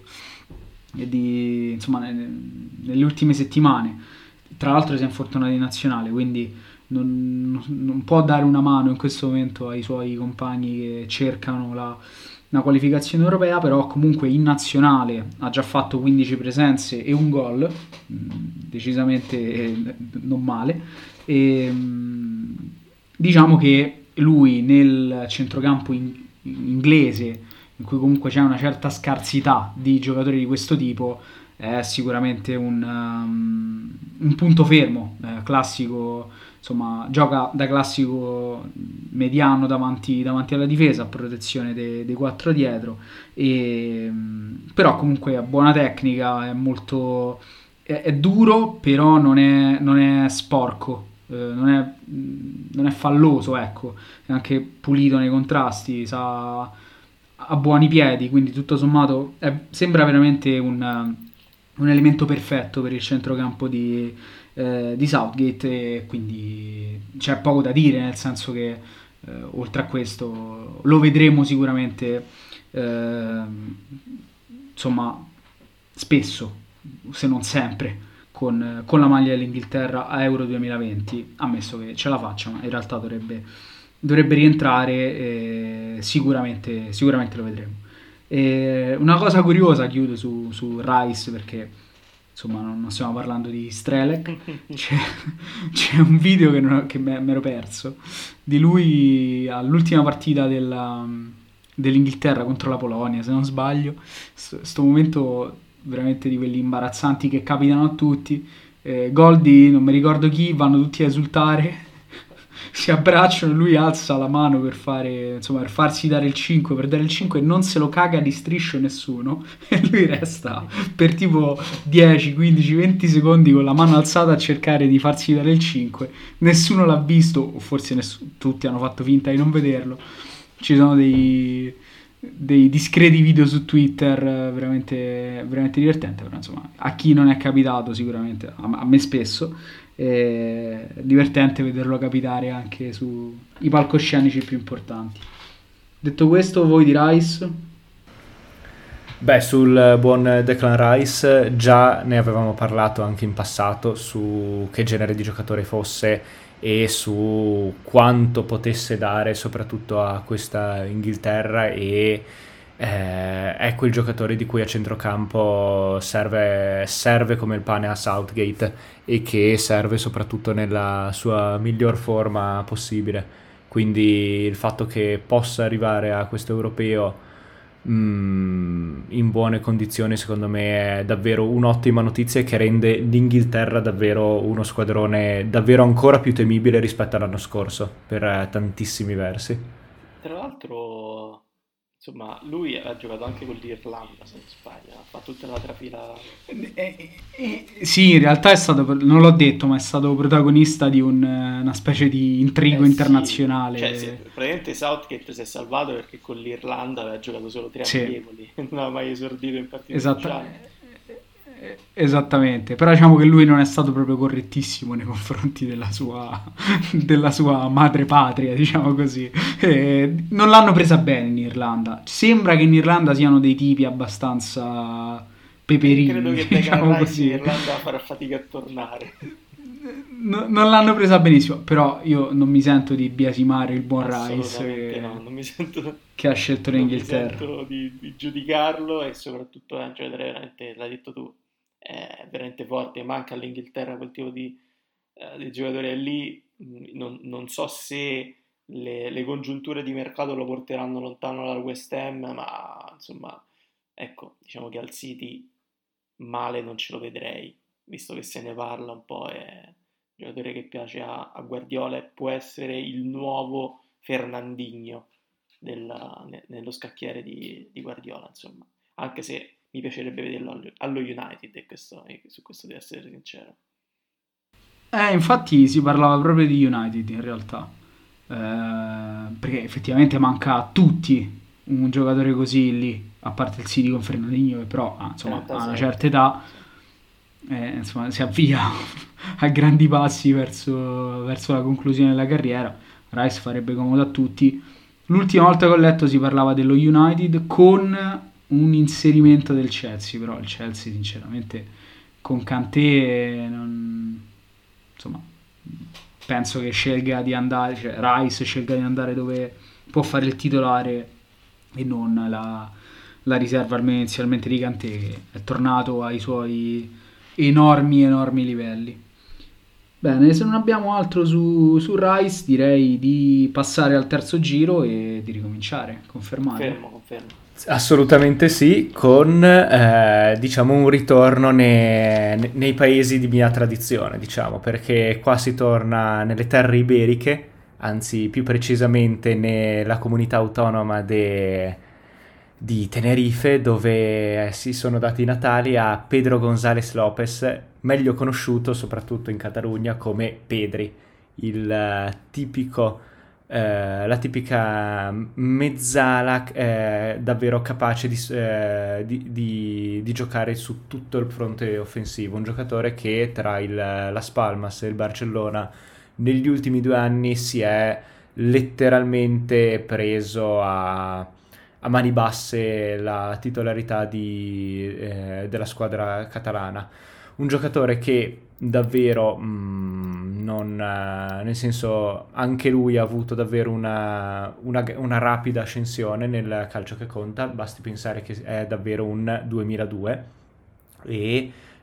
di insomma nelle, nelle ultime settimane. Tra l'altro si è infortunato in nazionale, quindi non, non può dare una mano in questo momento ai suoi compagni che cercano la, una qualificazione europea, però comunque in nazionale ha già fatto quindici presenze e un gol, mh, decisamente eh, non male, e mh, diciamo che lui nel centrocampo in- inglese, in cui comunque c'è una certa scarsità di giocatori di questo tipo, è sicuramente un, um, un punto fermo, eh, classico, insomma, gioca da classico mediano davanti, davanti alla difesa, a protezione dei, dei quattro dietro, e, mh, però comunque ha buona tecnica, è molto è, è duro, però non è, non è sporco, eh, non è, mh, non è falloso, ecco, è anche pulito nei contrasti, sa, ha buoni piedi, quindi tutto sommato è- sembra veramente un, un elemento perfetto per il centrocampo di, eh, di Southgate, e quindi c'è poco da dire, nel senso che eh, oltre a questo lo vedremo sicuramente ehm, insomma spesso, se non sempre, con, con la maglia dell'Inghilterra a Euro duemilaventi, ammesso che ce la faccia, ma in realtà dovrebbe, dovrebbe rientrare, e sicuramente, sicuramente lo vedremo. E una cosa curiosa, chiudo su, su Rice, perché insomma non, non stiamo parlando di Strelec. C'è, c'è un video che, non, che mi ero perso di lui all'ultima partita della, dell'Inghilterra contro la Polonia, se non sbaglio, questo momento veramente di quelli imbarazzanti che capitano a tutti. eh, gol di non mi ricordo chi, vanno tutti a esultare, si abbracciano, lui alza la mano per fare, insomma, per farsi dare il cinque, per dare il cinque, e non se lo caga di striscio nessuno, e lui resta per tipo dieci, quindici, venti secondi con la mano alzata a cercare di farsi dare il cinque. Nessuno l'ha visto, o forse ness- tutti hanno fatto finta di non vederlo. Ci sono dei, dei discreti video su Twitter eh, veramente, veramente divertenti, però insomma a chi non è capitato sicuramente, a, a me spesso, è divertente vederlo capitare anche sui palcoscenici più importanti. Detto questo, voi di Rice? Beh, sul buon Declan Rice già ne avevamo parlato anche in passato su che genere di giocatore fosse e su quanto potesse dare soprattutto a questa Inghilterra, e eh, è quel giocatore di cui a centrocampo serve, serve come il pane a Southgate, e che serve soprattutto nella sua miglior forma possibile. Quindi il fatto che possa arrivare a questo europeo mh, in buone condizioni, secondo me è davvero un'ottima notizia, che rende l'Inghilterra davvero uno squadrone davvero ancora più temibile rispetto all'anno scorso per eh, tantissimi versi. Tra l'altro, insomma, lui ha giocato anche con l'Irlanda, se non sbaglio, ha fatto tutta la trafila. Eh, eh, sì, in realtà è stato, non l'ho detto, ma è stato protagonista di un, una specie di intrigo Eh, sì. internazionale. Cioè, se- praticamente Southgate si è salvato perché con l'Irlanda aveva giocato solo tre Sì. amichevoli, non aveva mai esordito in partita Esatta- ufficiale. eh, Esattamente, però diciamo che lui non è stato proprio correttissimo nei confronti della sua, della sua madre patria, diciamo così. Eh, non l'hanno presa bene in Irlanda. Sembra che in Irlanda siano dei tipi abbastanza peperini, Credo che Declan diciamo Rice in così. Irlanda farà fatica a tornare. No- non l'hanno presa benissimo, però io non mi sento di biasimare il buon Rice Assolutamente che, no, non mi sento, che ha scelto non mi l'Inghilterra. sento di, di giudicarlo, e soprattutto è un giocatore veramente, l'hai detto tu, è veramente forte. Manca all'Inghilterra quel tipo di, eh, di giocatore lì. Mm, non, non so se le, le congiunture di mercato lo porteranno lontano dal West Ham, ma insomma, ecco, diciamo che al City male non ce lo vedrei, visto che se ne parla un po'. È un giocatore che piace a, a Guardiola e può essere il nuovo Fernandinho della- ne- nello scacchiere di, di Guardiola, insomma. Anche se mi piacerebbe vederlo allo, allo United, e questo, e su questo devo essere sincero. Eh, infatti si parlava proprio di United in realtà. Eh, perché effettivamente manca a tutti un giocatore così lì, a parte il City con Fernandinho, che però ah, insomma, ha una trentasei. certa età, eh, insomma, si avvia a grandi passi verso, verso la conclusione della carriera. Rice farebbe comodo a tutti. L'ultima volta che ho letto si parlava dello United con un inserimento del Chelsea, però il Chelsea sinceramente con Kanté non, insomma, penso che scelga di andare, cioè Rice scelga di andare dove può fare il titolare e non la, la riserva almeno inizialmente di Kanté, che è tornato ai suoi enormi enormi livelli. Bene, se non abbiamo altro su, su Rice, direi di passare al terzo giro e di ricominciare. Confermare? Confermo, confermo. Assolutamente sì, con eh, diciamo un ritorno ne- nei paesi di mia tradizione, diciamo, perché qua si torna nelle terre iberiche, anzi più precisamente nella comunità autonoma de- di Tenerife, dove eh, si sono dati i natali a Pedro González López, meglio conosciuto soprattutto in Catalogna come Pedri, il eh, tipico eh, la tipica mezzala eh, davvero capace di, eh, di, di, di giocare su tutto il fronte offensivo, un giocatore che tra il Las Palmas e il Barcellona negli ultimi due anni si è letteralmente preso a, a mani basse la titolarità di, eh, della squadra catalana. Un giocatore che davvero mh, non, eh, nel senso, anche lui ha avuto davvero una, una, una rapida ascensione nel calcio che conta, basti pensare che è davvero un duemiladue, e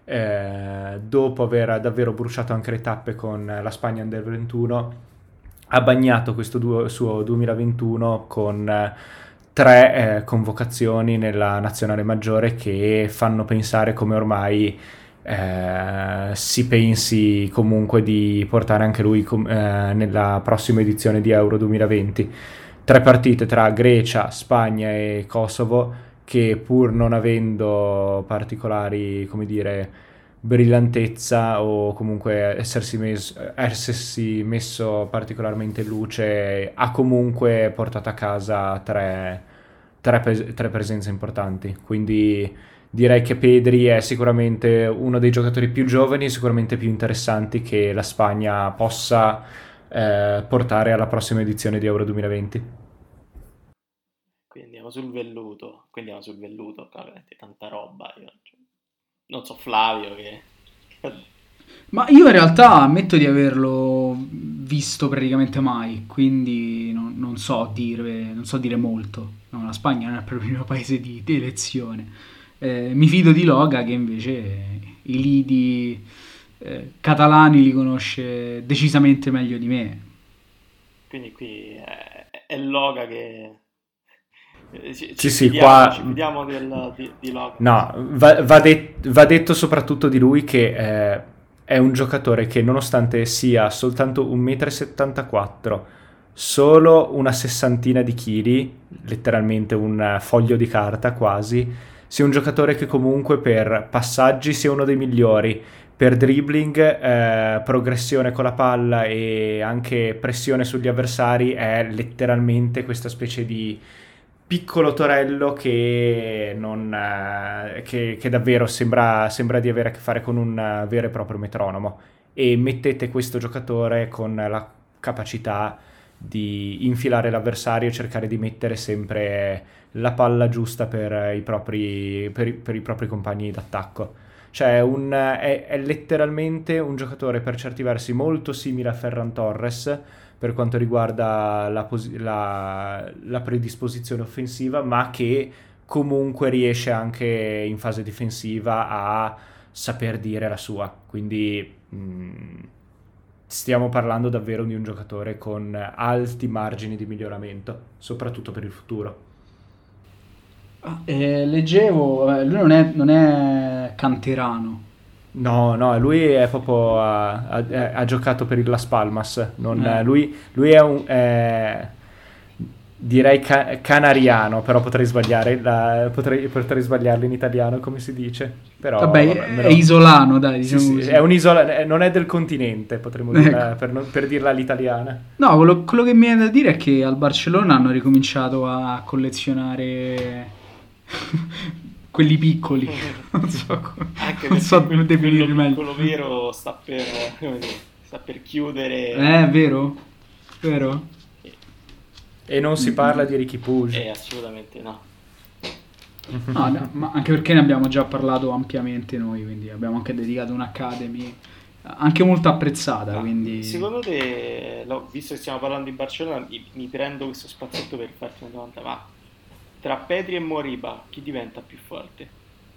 eh, dopo aver davvero bruciato anche le tappe con la Spagna Under ventuno, ha bagnato questo du- suo duemilaventuno con eh, tre eh, convocazioni nella nazionale maggiore che fanno pensare come ormai eh, si pensi comunque di portare anche lui com- eh, nella prossima edizione di Euro duemilaventi. Tre partite tra Grecia, Spagna e Kosovo che, pur non avendo particolari, come dire, brillantezza o comunque essersi, mes- essersi messo particolarmente in luce, ha comunque portato a casa tre, tre, pres- tre presenze importanti. Quindi direi che Pedri è sicuramente uno dei giocatori più giovani e sicuramente più interessanti che la Spagna possa eh, portare alla prossima edizione di Euro duemilaventi. Quindi andiamo sul velluto, quindi andiamo sul velluto, qua veramente tanta roba. Io, cioè, non so Flavio che... Ma io in realtà ammetto di averlo visto praticamente mai, quindi non, non so dire, non so dire molto. No, la Spagna non è proprio il mio paese di, di elezione. Eh, mi fido di Loga che invece i lidi eh, catalani li conosce decisamente meglio di me. Quindi qui è, è Loga che... Ci, Sì, ci sì, fidiamo, qua... ci fidiamo del, di, di Loga. No, va, va, det- va detto soprattutto di lui che eh, è un giocatore che, nonostante sia soltanto un metro e settantaquattro m, solo una sessantina di chili, letteralmente un foglio di carta quasi, sia un giocatore che comunque per passaggi sia uno dei migliori, per dribbling, eh, progressione con la palla e anche pressione sugli avversari è letteralmente questa specie di piccolo torello che, non, eh, che, che davvero sembra, sembra di avere a che fare con un uh, vero e proprio metronomo, e mettete questo giocatore con la capacità di infilare l'avversario e cercare di mettere sempre la palla giusta per i propri, per i, per i propri compagni d'attacco. Cioè un, è, è letteralmente un giocatore per certi versi molto simile a Ferran Torres per quanto riguarda la, pos- la, la predisposizione offensiva, ma che comunque riesce anche in fase difensiva a saper dire la sua. Quindi mh, stiamo parlando davvero di un giocatore con alti margini di miglioramento, soprattutto per il futuro. Eh, leggevo, eh, lui non è, non è canterano. No, no, lui è proprio ha, ha- ha giocato per il Las Palmas. Non- Eh. lui, lui è un è- direi ca- canariano, però potrei sbagliare la- potrei, potrei sbagliarlo in italiano, come si dice. Però Vabbè, vabbè, me è lo- isolano, dai, Sì, diciamo sì, così. è un'isola, eh, non è del continente, potremmo dirla, Ecco. per, non- per dirla all'italiana. No, quello, quello che mi viene da dire è che al Barcellona hanno ricominciato a collezionare quelli piccoli. Non so, come- Anche non perché so come quel- definire quello meglio. piccolo vero sta per, come dire, sta per chiudere. Eh, vero? Vero? E non si parla di Ricky Puig. Eh, assolutamente no. No, no, ma anche perché ne abbiamo già parlato ampiamente noi, quindi abbiamo anche dedicato un'Academy anche molto apprezzata, Ma quindi... secondo te, lo- visto che stiamo parlando di Barcellona, mi, mi prendo questo spazietto per farti una domanda, ma tra Pedri e Moriba chi diventa più forte?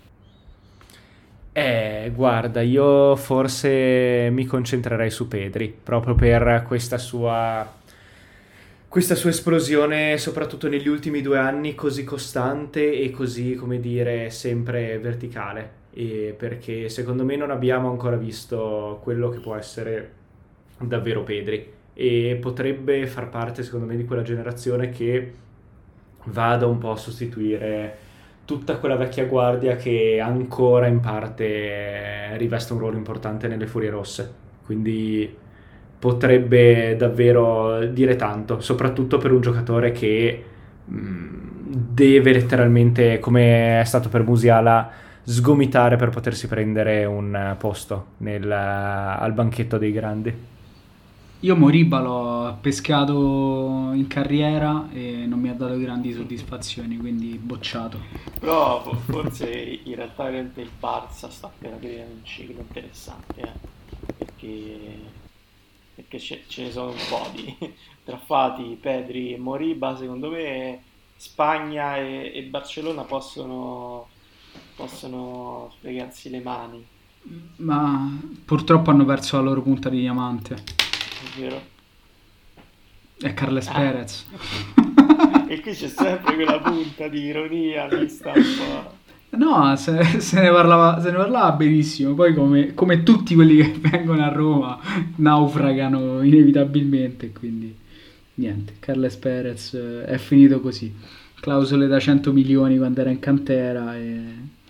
Eh, guarda, io forse mi concentrerei su Pedri, proprio per questa sua, questa sua esplosione, soprattutto negli ultimi due anni, così costante e così, come dire, sempre verticale. E perché secondo me non abbiamo ancora visto quello che può essere davvero Pedri. E potrebbe far parte, secondo me, di quella generazione che vada un po' a sostituire tutta quella vecchia guardia che ancora in parte riveste un ruolo importante nelle Furie Rosse. Quindi potrebbe davvero dire tanto, soprattutto per un giocatore che mh, deve letteralmente, come è stato per Musiala, sgomitare per potersi prendere un posto nel, al banchetto dei grandi. Io Moriba l'ho pescato in carriera e non mi ha dato grandi soddisfazioni, quindi bocciato. Però fo- forse in realtà veramente il Barça sta per aprire un ciclo interessante, eh, perché, perché ce, ce ne sono un po' di tra Fati, Pedri e Moriba. Secondo me Spagna e, e Barcellona possono, possono sfregarsi le mani. Ma purtroppo hanno perso la loro punta di diamante. È vero. È Carles Ah. Perez. E qui c'è sempre quella punta di ironia, vista un po'. No, se, se ne parlava, se ne parlava benissimo. Poi, come, come tutti quelli che vengono a Roma, naufragano inevitabilmente. Quindi, niente, Carles Perez eh, è finito così. Clausole da cento milioni quando era in cantera. E,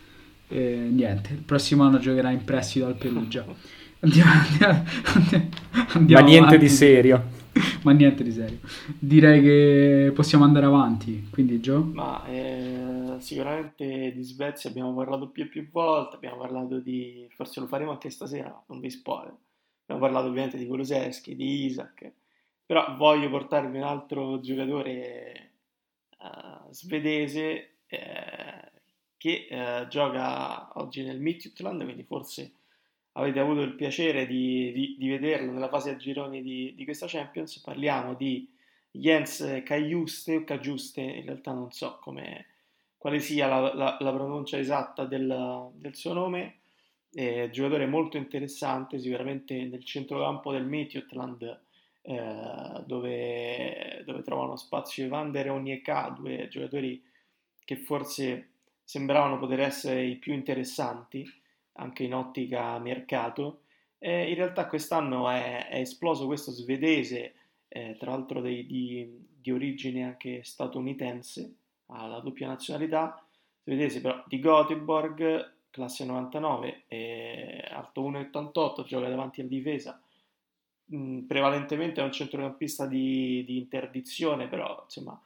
e niente, il prossimo anno giocherà in prestito al Perugia. Andiamo, andiamo, andiamo Ma niente avanti. di serio. Ma niente di serio. Direi che possiamo andare avanti. Quindi, Gio? Ma eh, sicuramente di Svezia abbiamo parlato più e più volte, abbiamo parlato di, forse lo faremo anche stasera, non vi spoiler. Abbiamo parlato ovviamente di Kulusevski, di Isak, però voglio portarvi un altro giocatore eh, svedese eh, che eh, gioca oggi nel Midtjylland, quindi forse avete avuto il piacere di, di- di vederlo nella fase a gironi di, di questa Champions. Parliamo di Jens Kajuste, o Kajuste, in realtà non so come, quale sia la, la- la pronuncia esatta del, del suo nome. Eh, giocatore molto interessante, sicuramente nel centrocampo del Midtjylland, eh, dove, dove trovano spazio Van der Onyeka, due giocatori che forse sembravano poter essere i più interessanti anche in ottica mercato. Eh, in realtà quest'anno è, è esploso questo svedese, eh, tra l'altro dei- di, di origine anche statunitense, ha la doppia nazionalità, svedese però di Göteborg, classe novantanove, eh, alto uno virgola ottantotto, gioca davanti alla difesa. Mm, prevalentemente è un centrocampista di, di interdizione, però insomma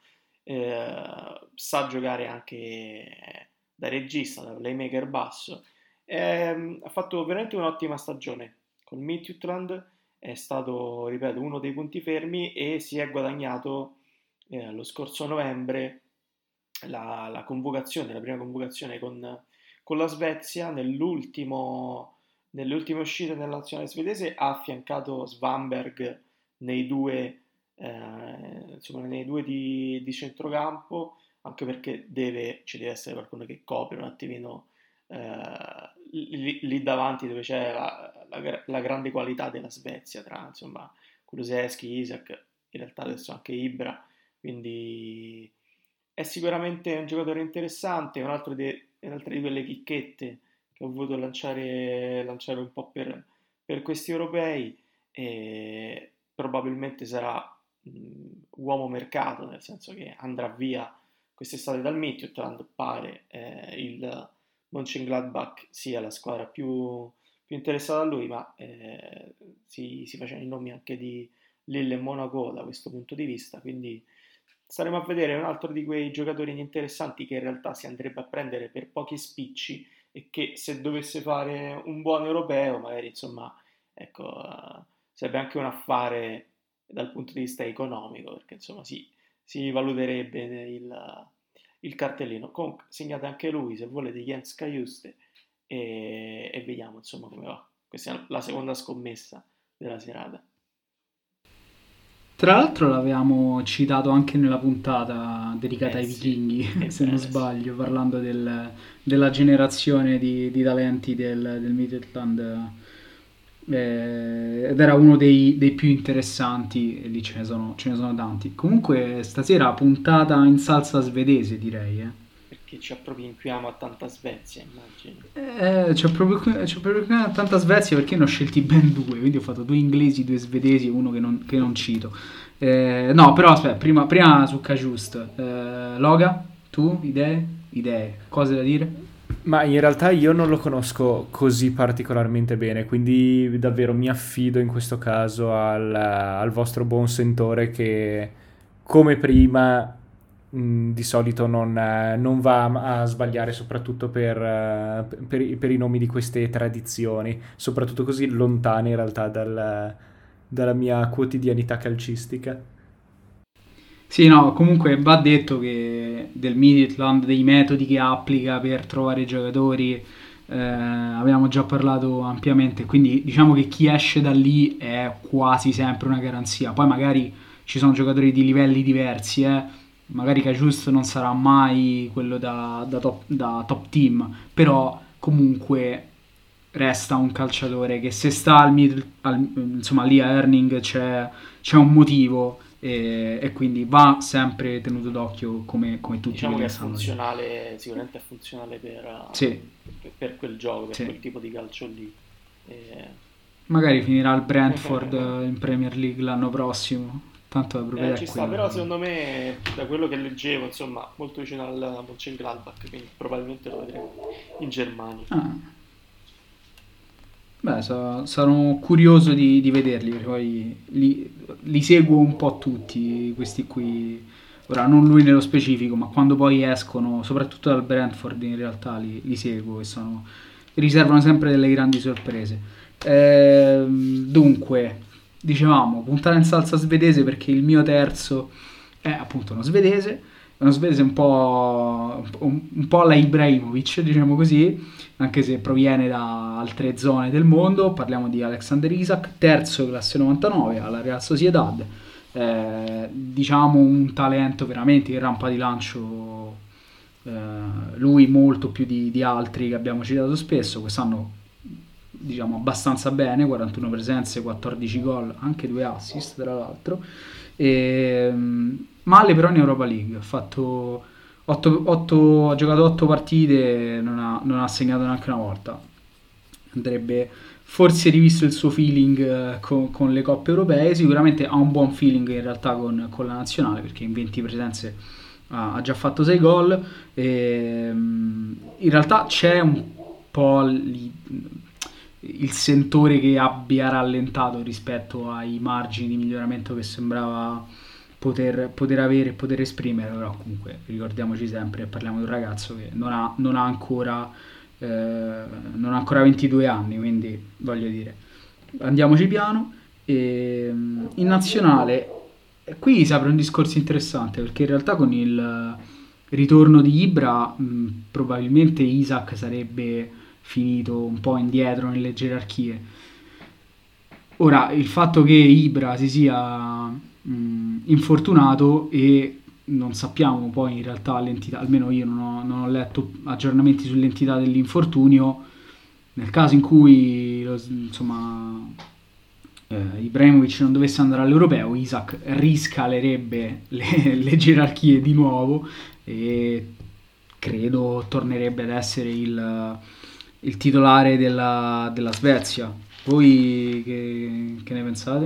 eh, sa giocare anche da regista, da playmaker basso. Ehm, ha fatto veramente un'ottima stagione col Midtjylland, è stato, ripeto, uno dei punti fermi e si è guadagnato eh, lo scorso novembre la, la convocazione, la prima convocazione con, con la Svezia. Nell'ultimo, nelle ultime uscite nella nazionale svedese ha affiancato Svanberg nei due, eh, insomma, nei due di, di centrocampo, anche perché deve, ci deve essere qualcuno che copre un attimino eh, lì, lì davanti, dove c'è la, la- la grande qualità della Svezia tra insomma Kulusevski, Isak, in realtà adesso anche Ibra, quindi è sicuramente un giocatore interessante, è un altro de- è un'altra di quelle chicchette che ho voluto lanciare, lanciare un po' per, per questi europei, e probabilmente sarà mh, uomo mercato, nel senso che andrà via quest'estate dal Midtjylland. Pare eh, il Mönchengladbach sia la squadra più, più interessata a lui, ma eh, si, si facevano i nomi anche di Lille e Monaco da questo punto di vista, quindi staremo a vedere. È un altro di quei giocatori interessanti che in realtà si andrebbe a prendere per pochi spicci e che, se dovesse fare un buon europeo, magari insomma, ecco, eh, sarebbe anche un affare dal punto di vista economico, perché insomma si, si valuterebbe il, il cartellino. Comunque segnate anche lui, se volete, Jens Kajuste, e, e vediamo insomma come va. Questa è la seconda scommessa della serata. Tra l'altro l'avevamo citato anche nella puntata dedicata Eh ai sì, vichinghi, se non ebbene sì. sbaglio, parlando del- della generazione di, di talenti del, del Midtjylland, eh, ed era uno dei, dei più interessanti, e lì ce ne sono, ce ne sono tanti. Comunque stasera puntata in salsa svedese, direi, eh. Perché ci appropinquiamo a tanta Svezia, immagino. Eh, c'è proprio, c'è proprio tanta Svezia, perché ne ho scelti ben due, quindi ho fatto due inglesi, due svedesi e uno che non, che non cito. Eh, no, però aspetta, prima, prima su Kajust. Eh, Loga, tu, idee? Idee, cose da dire? Ma in realtà io non lo conosco così particolarmente bene, quindi davvero mi affido in questo caso al, al vostro buon sentore che, come prima, mh, di solito non, eh, non va a sbagliare, soprattutto per, eh, per i per i nomi di queste tradizioni, soprattutto così lontane in realtà dal- dalla mia quotidianità calcistica. Sì, no, comunque va detto che del Midtjylland, dei metodi che applica per trovare i giocatori, eh, abbiamo già parlato ampiamente, quindi diciamo che chi esce da lì è quasi sempre una garanzia. Poi magari ci sono giocatori di livelli diversi, eh. Magari Kajust non sarà mai quello da, da top, da top team, però comunque resta un calciatore che se sta al, mid, al insomma lì a Herning c'è, c'è un motivo, e, e quindi va sempre tenuto d'occhio come, come tutti. Diciamo che è sanno. funzionale, sicuramente è funzionale per, sì. per, per quel gioco, per sì. quel tipo di calcio lì. E... magari finirà il Brentford in Premier League l'anno prossimo, tanto la proprietà eh, ci è sta, quella. però secondo me, da quello che leggevo, insomma, molto vicino al Mönchengladbach, quindi probabilmente lo vedremo in Germania. Ah. Beh, so, sono curioso di, di vederli, perché poi li, li seguo un po' tutti questi qui, ora non lui nello specifico, ma quando poi escono, soprattutto dal Brentford, in realtà li, li seguo e sono, riservano sempre delle grandi sorprese. Ehm, dunque, dicevamo, puntata in salsa svedese, perché il mio terzo è appunto uno svedese, uno svedese un po', un, un po' alla Ibrahimovic, diciamo così, anche se proviene da altre zone del mondo. Parliamo di Alexander Isak, terzo classe novantanove alla Real Sociedad, eh, diciamo un talento veramente in rampa di lancio, eh, lui molto più di, di altri che abbiamo citato spesso. Quest'anno diciamo abbastanza bene, quarantuno presenze, quattordici gol, anche due assist tra l'altro, e, male però in Europa League, ha fatto otto, otto, ha giocato otto partite, non ha, non ha segnato neanche una volta. Andrebbe forse rivisto il suo feeling eh, con, con le coppe europee. Sicuramente ha un buon feeling in realtà con, con la nazionale, perché in venti presenze ha, ha già fatto sei gol, e, in realtà c'è un po' lì, il sentore che abbia rallentato rispetto ai margini di miglioramento che sembrava poter, poter avere e poter esprimere. Però comunque ricordiamoci sempre, parliamo di un ragazzo che non ha, non ha ancora eh, non ha ancora ventidue anni, quindi voglio dire, andiamoci piano. E, in nazionale qui si apre un discorso interessante, perché in realtà con il ritorno di Ibra mh, probabilmente Isak sarebbe finito un po' indietro nelle gerarchie. Ora, il fatto che Ibra si sia mh, infortunato, e non sappiamo poi in realtà l'entità, almeno io non ho, non ho letto aggiornamenti sull'entità dell'infortunio, nel caso in cui lo, insomma eh, Ibrahimovic non dovesse andare all'Europeo, Isak riscalerebbe le, le gerarchie di nuovo e credo tornerebbe ad essere il il titolare della, della Svezia. Voi che, che ne pensate?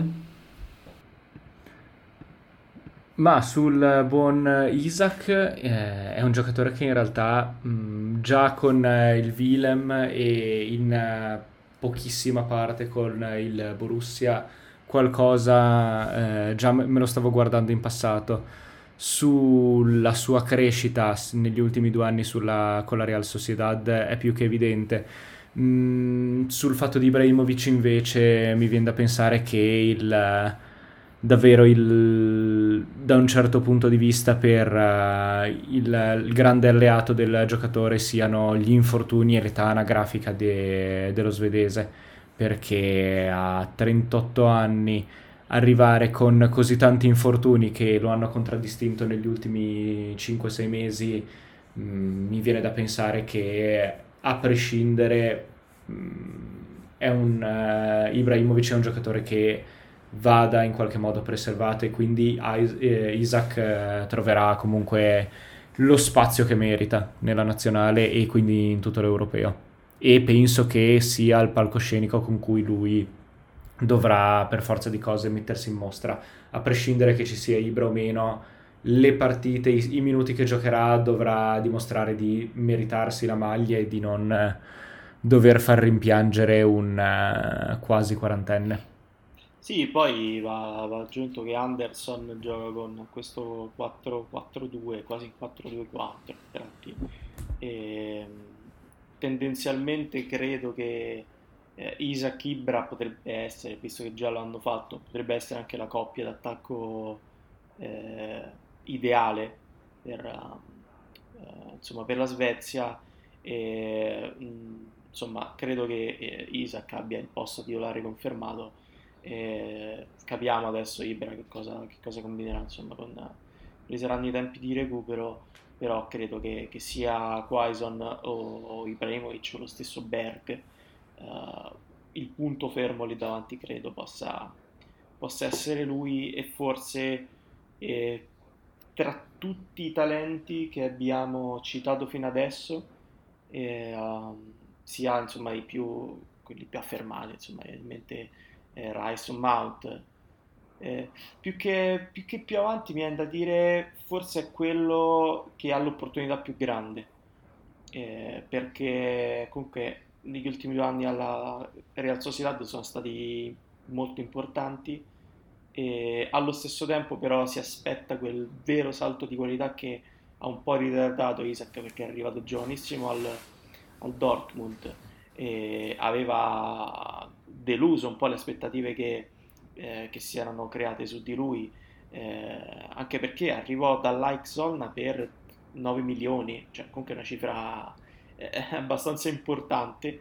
Ma sul buon Isak eh, è un giocatore che in realtà mh, già con eh, il Willem e in eh, pochissima parte con il Borussia qualcosa eh, già me lo stavo guardando in passato. Sulla sua crescita negli ultimi due anni sulla, con la Real Sociedad è più che evidente. Mm, sul fatto di Ibrahimovic invece mi viene da pensare che il, davvero il, da un certo punto di vista per uh, il, il grande alleato del giocatore siano gli infortuni e l'età anagrafica de, dello svedese, perché a trentotto anni arrivare con così tanti infortuni che lo hanno contraddistinto negli ultimi cinque sei mesi, mh, mi viene da pensare che a prescindere mh, è un uh, Ibrahimovic è un giocatore che vada in qualche modo preservato, e quindi Isak eh, troverà comunque lo spazio che merita nella nazionale e quindi in tutto l'europeo, e penso che sia il palcoscenico con cui lui dovrà per forza di cose mettersi in mostra, a prescindere che ci sia Ibra o meno. Le partite, i, i minuti che giocherà, dovrà dimostrare di meritarsi la maglia e di non eh, dover far rimpiangere un uh, quasi quarantenne. Sì, poi va, va aggiunto che Anderson gioca con questo quattro quattro due, quasi quattro due quattro, infatti. E, tendenzialmente credo che Eh, Isak Ibra potrebbe essere, visto che già lo hanno fatto, potrebbe essere anche la coppia d'attacco eh, ideale per, eh, insomma, per la Svezia. E, mh, insomma, credo che eh, Isak abbia il posto titolare confermato. E capiamo adesso Ibra che cosa, che cosa combinerà, insomma, con quali saranno i tempi di recupero, però credo che, che sia Quaison o, o Ibrahimovic o lo stesso Berg uh, il punto fermo lì davanti credo possa, possa essere lui, e forse eh, tra tutti i talenti che abbiamo citato fino adesso, eh, um, sia insomma i più, quelli più affermati, insomma, in mente eh, Rice o Mount. Eh, più che, più che più avanti mi viene da dire forse è quello che ha l'opportunità più grande, eh, perché comunque negli ultimi due anni alla Real Sociedad sono stati molto importanti, e allo stesso tempo però si aspetta quel vero salto di qualità che ha un po' ritardato Isaac, perché è arrivato giovanissimo al, al Dortmund e aveva deluso un po' le aspettative che Eh, che si erano create su di lui, eh, anche perché arrivò dall'Aik Solna per nove milioni, cioè comunque una cifra eh, abbastanza importante,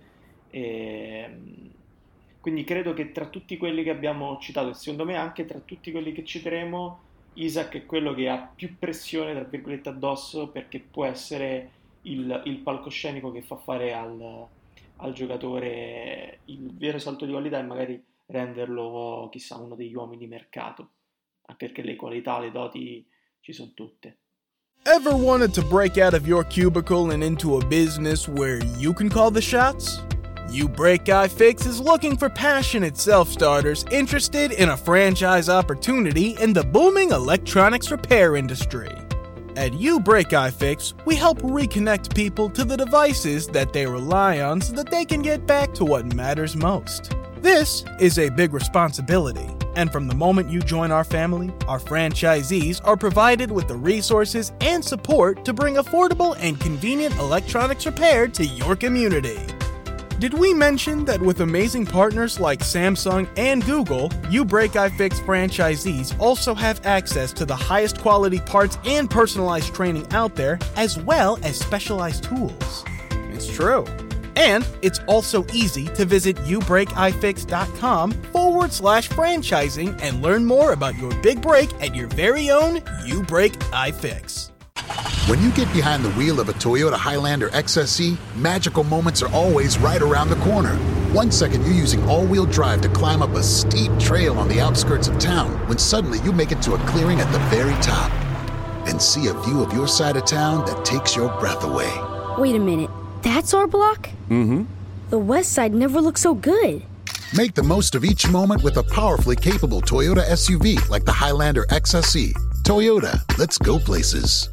e, quindi credo che tra tutti quelli che abbiamo citato, e secondo me anche tra tutti quelli che citeremo, Isaac è quello che ha più pressione tra virgolette addosso, perché può essere il, il palcoscenico che fa fare al, al giocatore il vero salto di qualità e magari renderlo chissà uno degli uomini di mercato, anche perché le qualità, le doti ci sono tutte. Ever wanted to break out of your cubicle and into a business where you can call the shots? uBreakIFix is looking for passionate self-starters interested in a franchise opportunity in the booming electronics repair industry. At uBreakIFix, we help reconnect people to the devices that they rely on so that they can get back to what matters most. This is a big responsibility, and from the moment you join our family, our franchisees are provided with the resources and support to bring affordable and convenient electronics repair to your community. Did we mention that with amazing partners like Samsung and Google, uBreakIFix franchisees also have access to the highest quality parts and personalized training out there, as well as specialized tools? It's true. And it's also easy to visit ubreakifix.com forward slash franchising and learn more about your big break at your very own uBreakIFix. When you get behind the wheel of a Toyota Highlander X S E, magical moments are always right around the corner. One second you're using all-wheel drive to climb up a steep trail on the outskirts of town, when suddenly you make it to a clearing at the very top and see a view of your side of town that takes your breath away. Wait a minute. That's our block? Mm-hmm. The west side never looked so good. Make the most of each moment with a powerfully capable Toyota S U V like the Highlander X S E. Toyota, let's go places.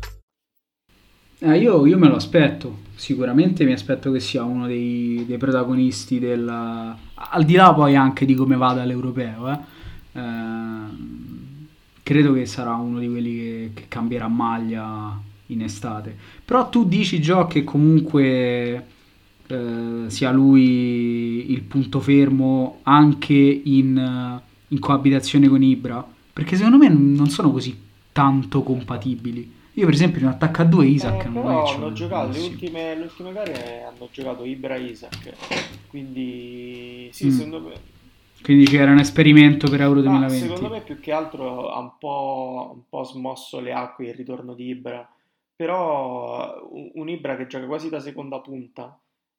Eh, io, io me lo aspetto, sicuramente mi aspetto che sia uno dei, dei protagonisti del... al di là poi anche di come vada l'europeo, eh. Eh, credo che sarà uno di quelli che, che cambierà maglia in estate. Però tu dici, Gio, che comunque eh, sia lui il punto fermo anche in, in coabitazione con Ibra, perché secondo me non sono così tanto compatibili. Io per esempio in attacco a due Isaac eh, non però è che hanno giocato le ultime, le ultime gare hanno giocato Ibra e Isaac, quindi sì, mm. secondo me. Quindi c'era un esperimento per Euro duemilaventi. Ma secondo me più che altro ha un po', un po' smosso le acque il ritorno di Ibra, però un Ibra che gioca quasi da seconda punta,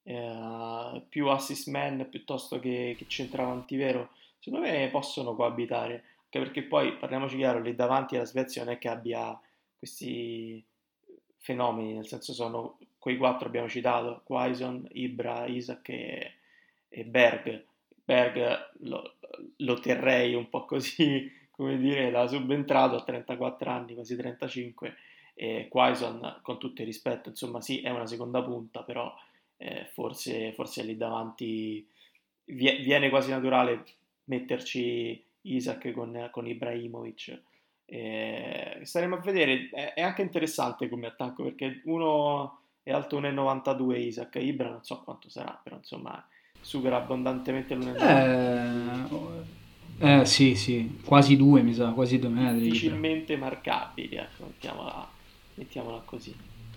eh, più assist man piuttosto che, che centravanti vero, secondo me possono coabitare, anche perché poi, parliamoci chiaro, lì davanti alla Svezia non è che abbia questi fenomeni, nel senso sono quei quattro abbiamo citato, Quaison, Ibra, Isaac e, e Berg. Berg lo, lo terrei un po' così, come dire, da subentrato a trentaquattro anni, quasi trentacinque, e Quaison, con tutto il rispetto, insomma sì, è una seconda punta, però eh, forse, forse lì davanti viene quasi naturale metterci Isaac con, con Ibrahimovic. Eh, staremo a vedere, è, è anche interessante come attacco, perché uno è alto uno virgola novantadue Isaac, Ibra non so quanto sarà, però insomma supera abbondantemente l'uno virgola novantadue. Eh, eh sì sì, quasi due mi sa, quasi due metri. Difficilmente marcabili, ecco, mettiamola, mettiamola così.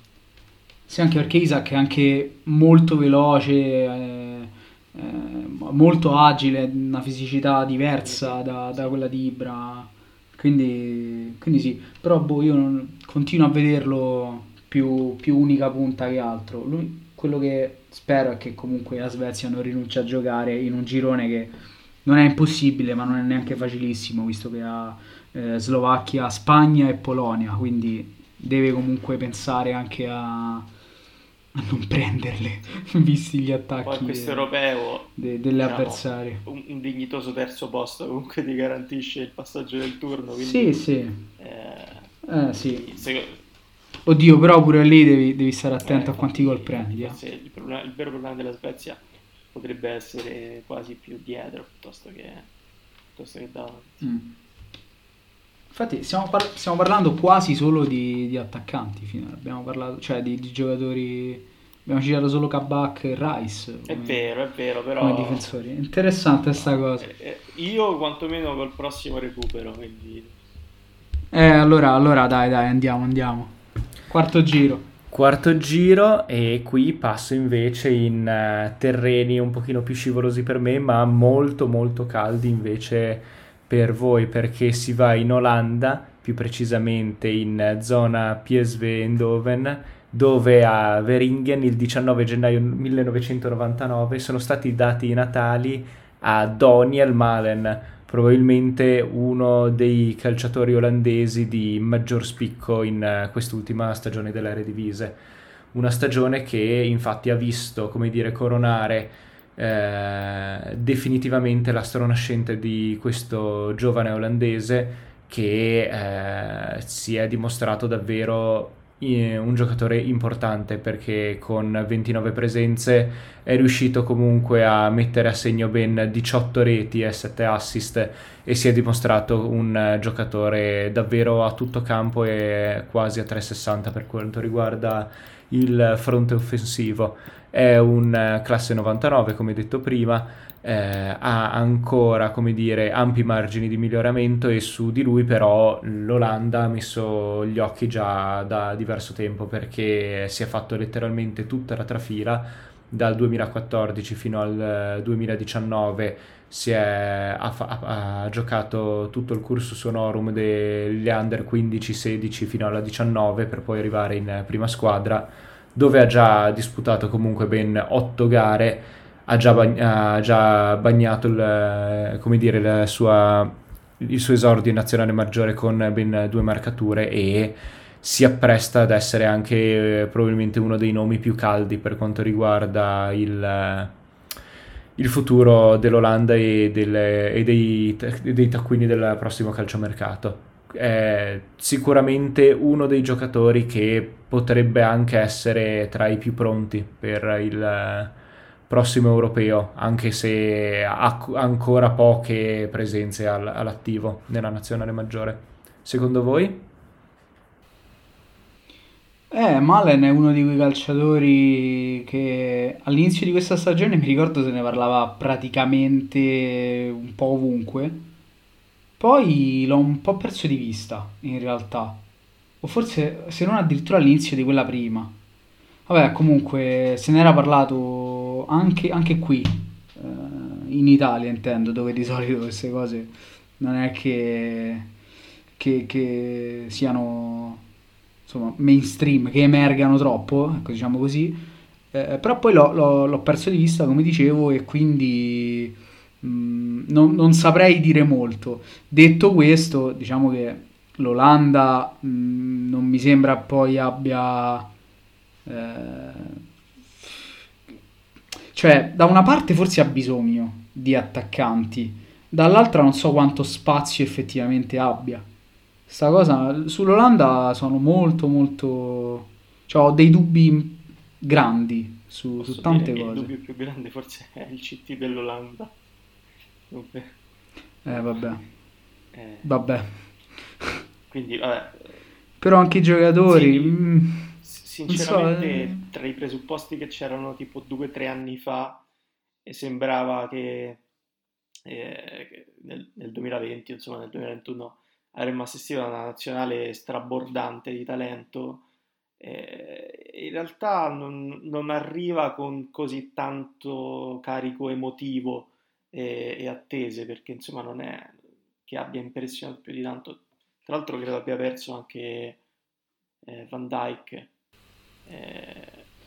Sì, anche perché Isaac è anche molto veloce, eh, eh, molto agile, una fisicità diversa da, da quella di Ibra. Quindi, quindi sì, però boh, io non, continuo a vederlo più, più unica punta che altro. Lui, quello che spero è che comunque la Svezia non rinunci a giocare in un girone che non è impossibile, ma non è neanche facilissimo, visto che ha eh, Slovacchia, Spagna e Polonia, quindi deve comunque pensare anche a, a non prenderle, visti gli attacchi Poi questo de- europeo, de- delle diciamo, avversarie. un, un dignitoso terzo posto comunque ti garantisce il passaggio del turno, Sì, quindi sì, eh, eh, sì. se- Oddio, però pure lì devi, devi stare attento eh, a quanti gol prendi. eh. forse il, problema- il vero problema della Svezia potrebbe essere quasi più dietro piuttosto che, piuttosto che davanti. Mm. Infatti stiamo, par- stiamo parlando quasi solo di, di attaccanti finora. Abbiamo parlato, cioè di, di giocatori. Abbiamo citato solo Kabak e Rice È come, vero, è vero, però come difensori. Interessante sta cosa. eh, eh, io quantomeno col prossimo recupero, quindi Eh, allora, allora dai, dai, andiamo, andiamo. Quarto giro. Quarto giro, e qui passo invece in eh, terreni un pochino più scivolosi per me, ma molto molto caldi invece per voi, perché si va in Olanda, più precisamente in eh, zona P S V Eindhoven, dove a Veringen il diciannove gennaio millenovecentonovantanove sono stati dati i natali a Daniel Malen, probabilmente uno dei calciatori olandesi di maggior spicco in eh, quest'ultima stagione dell'Eredivisie. Una stagione che infatti ha visto, come dire, coronare eh, definitivamente l'astro nascente di questo giovane olandese che eh, si è dimostrato davvero eh, un giocatore importante, perché con ventinove presenze è riuscito comunque a mettere a segno ben diciotto reti e sette assist, e si è dimostrato un eh, giocatore davvero a tutto campo e quasi a trecentosessanta per quanto riguarda il fronte offensivo. È un eh, classe novantanove, come detto prima, eh, ha ancora, come dire, ampi margini di miglioramento, e su di lui però l'Olanda ha messo gli occhi già da diverso tempo, perché si è fatto letteralmente tutta la trafila dal duemilaquattordici fino al duemiladiciannove. Si è, ha, ha, ha giocato tutto il cursus honorum degli under quindici sedici fino alla diciannove, per poi arrivare in prima squadra, dove ha già disputato comunque ben otto gare, ha già, bag- ha già bagnato il, come dire, la sua, il suo esordio in nazionale maggiore con ben due marcature, e si appresta ad essere anche eh, probabilmente uno dei nomi più caldi per quanto riguarda il, eh, il futuro dell'Olanda e, delle, e dei, e dei taccuini del prossimo calciomercato. È sicuramente uno dei giocatori che potrebbe anche essere tra i più pronti per il eh, prossimo europeo, anche se ha ancora poche presenze all- all'attivo nella nazionale maggiore. Secondo voi? Eh, Malen è uno di quei calciatori che all'inizio di questa stagione mi ricordo se ne parlava praticamente un po' ovunque. Poi l'ho un po' perso di vista, in realtà. O forse, se non addirittura all'inizio di quella prima. Vabbè, comunque se ne era parlato anche, anche qui, eh, in Italia intendo, dove di solito queste cose non è che, che, che siano insomma mainstream, che emergano troppo, ecco, diciamo così. Eh, però poi l'ho, l'ho- l'ho perso di vista, come dicevo, e quindi mh, non, non saprei dire molto. Detto questo, diciamo che l'Olanda mh, non mi sembra poi abbia eh, cioè, da una parte forse ha bisogno di attaccanti, dall'altra non so quanto spazio effettivamente abbia. Sta cosa sull'Olanda sono molto molto, cioè ho dei dubbi grandi su, su posso tante dire che il cose. dubbio più grande forse è il C T dell'Olanda. Dunque, Eh, vabbè, eh, vabbè. quindi, vabbè, Però anche i giocatori, sì, mm, s- non so, sinceramente, eh, tra i presupposti che c'erano tipo due o tre anni fa, e sembrava che, eh, che nel, nel duemilaventi, insomma nel duemilaventuno, avremmo assistito a una nazionale strabordante di talento. Eh, in realtà non, non arriva con così tanto carico emotivo e, e attese, perché insomma non è che abbia impressionato più di tanto. Tra l'altro credo abbia perso anche eh, Van Dijk. Eh,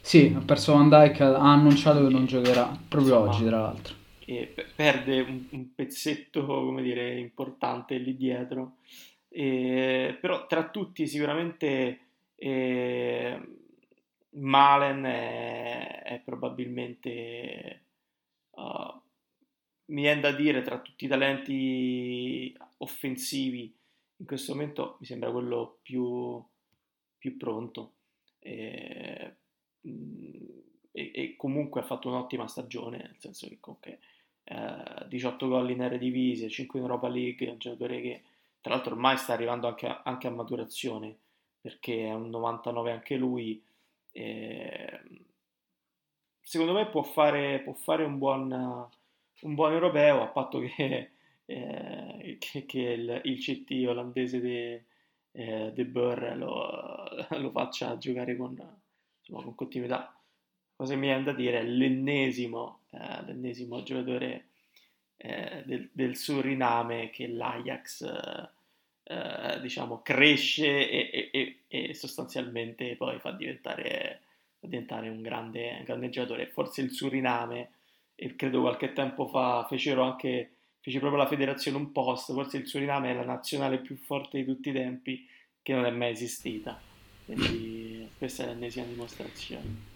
Sì, ha perso Van Dijk, ha annunciato che non giocherà proprio Insomma, oggi, tra l'altro. e pe- perde un, un pezzetto, come dire, importante lì dietro. E- però tra tutti sicuramente eh, Malen è, è probabilmente, uh, mi viene da dire, tra tutti i talenti offensivi in questo momento mi sembra quello più, più pronto. E, e- e comunque ha fatto un'ottima stagione, nel senso che comunque eh, diciotto gol in Eredivisie, cinque in Europa League, è un giocatore che tra l'altro ormai sta arrivando anche a, anche a maturazione, perché è un novantanove anche lui. E secondo me può fare, può fare un buon, un buon europeo, a patto che, eh, che, che il, il C T olandese de, eh, De Boer lo, lo faccia giocare con, insomma, con continuità. Cosa mi viene da dire è l'ennesimo, eh, l'ennesimo giocatore eh, del, del Suriname che l'Ajax eh, eh, diciamo cresce e, e- e- e sostanzialmente poi fa diventare, fa diventare un grande, un grande giocatore. Forse il Suriname, e credo qualche tempo fa fecero anche, fece proprio la federazione un post, forse il Suriname è la nazionale più forte di tutti i tempi che non è mai esistita. Quindi questa è l'ennesima dimostrazione.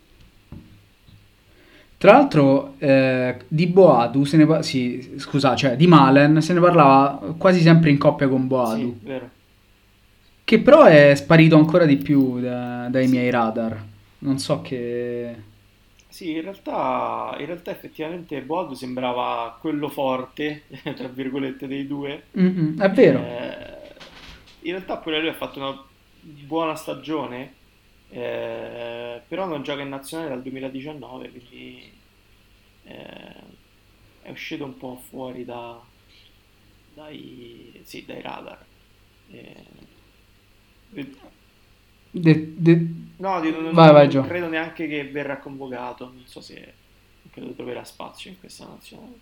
Tra l'altro, eh, di Boadu se ne pa- sì, scusa, cioè di Malen se ne parlava quasi sempre in coppia con Sì, Boadu, vero. che però è sparito ancora di più da- dai miei radar. Non so che... Sì, in realtà, in realtà effettivamente Boadu sembrava quello forte, tra virgolette, dei due. Mm-mm, è vero. Eh, in realtà pure lui ha fatto una buona stagione, eh, però non gioca in nazionale dal duemiladiciannove, quindi eh, è uscito un po' fuori da- dai, sì, dai radar. Eh, De- de- no, dico, non, Vai, vai, non Gio. credo neanche che verrà convocato, non so se non credo troverà spazio in questa nazionale.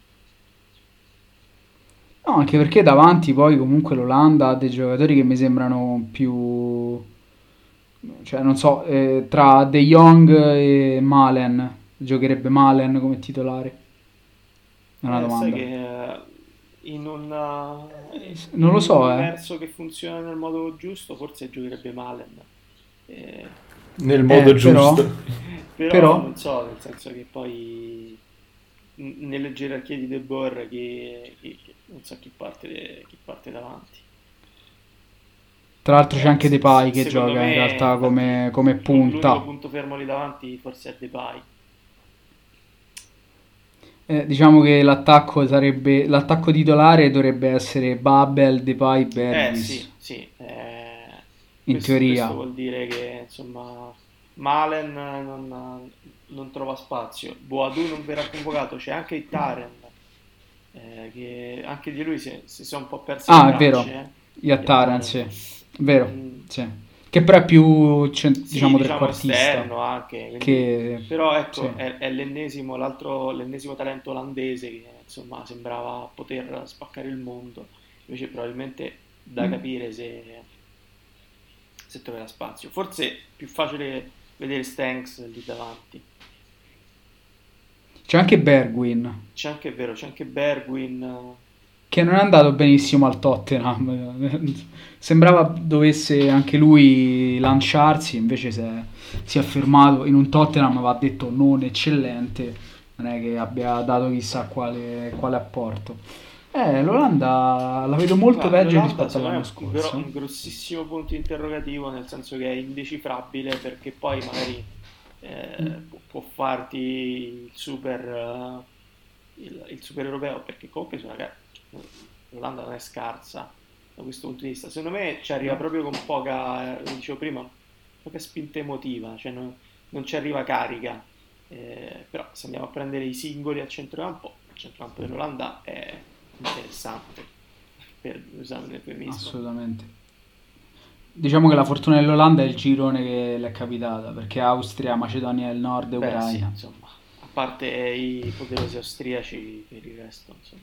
No, anche perché davanti poi comunque l'Olanda ha dei giocatori che mi sembrano più... Cioè, non so, eh, tra De Jong e Malen, giocherebbe Malen come titolare? È una Eh, sai domanda. che eh, in un, eh, Non in lo un so, eh. universo che funziona nel modo giusto, forse giocherebbe Malen. Eh, Nel modo Eh, però, giusto. però però, non so, nel senso che poi n- nelle gerarchie di De Boer chi, chi- chi- non so chi parte, chi parte davanti. tra l'altro c'è Eh, anche se- Depay che secondo gioca in me, realtà infatti, come, come l'u- l'unico punta. punto fermo lì davanti forse è Depay. Eh, diciamo che l'attacco sarebbe l'attacco titolare dovrebbe essere Babel, Depay, Eh sì, Bergwijn, sì, eh, in questo, questo teoria. vuol dire che insomma Malen non, non trova spazio, Boadu non verrà convocato, c'è anche il Taren, eh, che anche di lui si, si sono un po' perse le Ah, è vero, tracce, eh, Ihattaren, Ihattaren. sì, vero, Mm, sì. Che però è più, cen- sì, diciamo, diciamo trequartista esterno anche, quindi, che... però Sì. ecco, è, è l'ennesimo, l'altro, l'ennesimo talento olandese che insomma sembrava poter spaccare il mondo, invece probabilmente da Mm. capire se, se troverà spazio. Forse è più facile vedere Stanks lì davanti. C'è anche Bergwijn, C'è anche, è vero, c'è anche Bergwijn. che non è andato benissimo al Tottenham. Sembrava dovesse anche lui lanciarsi, invece si è, si è fermato in un Tottenham, va detto, non eccellente, non è che abbia dato chissà quale, quale apporto. Eh, l'Olanda la vedo molto Guarda, peggio l'Olanda rispetto secondo me all'anno è un, gro- scorso. un grossissimo punto interrogativo, nel senso che è indecifrabile, perché poi magari eh, può, può farti il super, eh, il, il super europeo, perché comunque sono ragazzi, l'Olanda non è scarsa da questo punto di vista. Secondo me ci arriva proprio con poca, come dicevo prima, poca spinta emotiva, cioè non, non ci arriva carica. Eh, però se andiamo a prendere i singoli al centrocampo, il centrocampo dell'Olanda è interessante, per usare un eufemismo. Assolutamente. Diciamo che la fortuna dell'Olanda è il girone che le è capitata, perché Austria, Macedonia del Nord e Beh sì, Ucraina. insomma, a parte i poderosi austriaci, per il resto, insomma.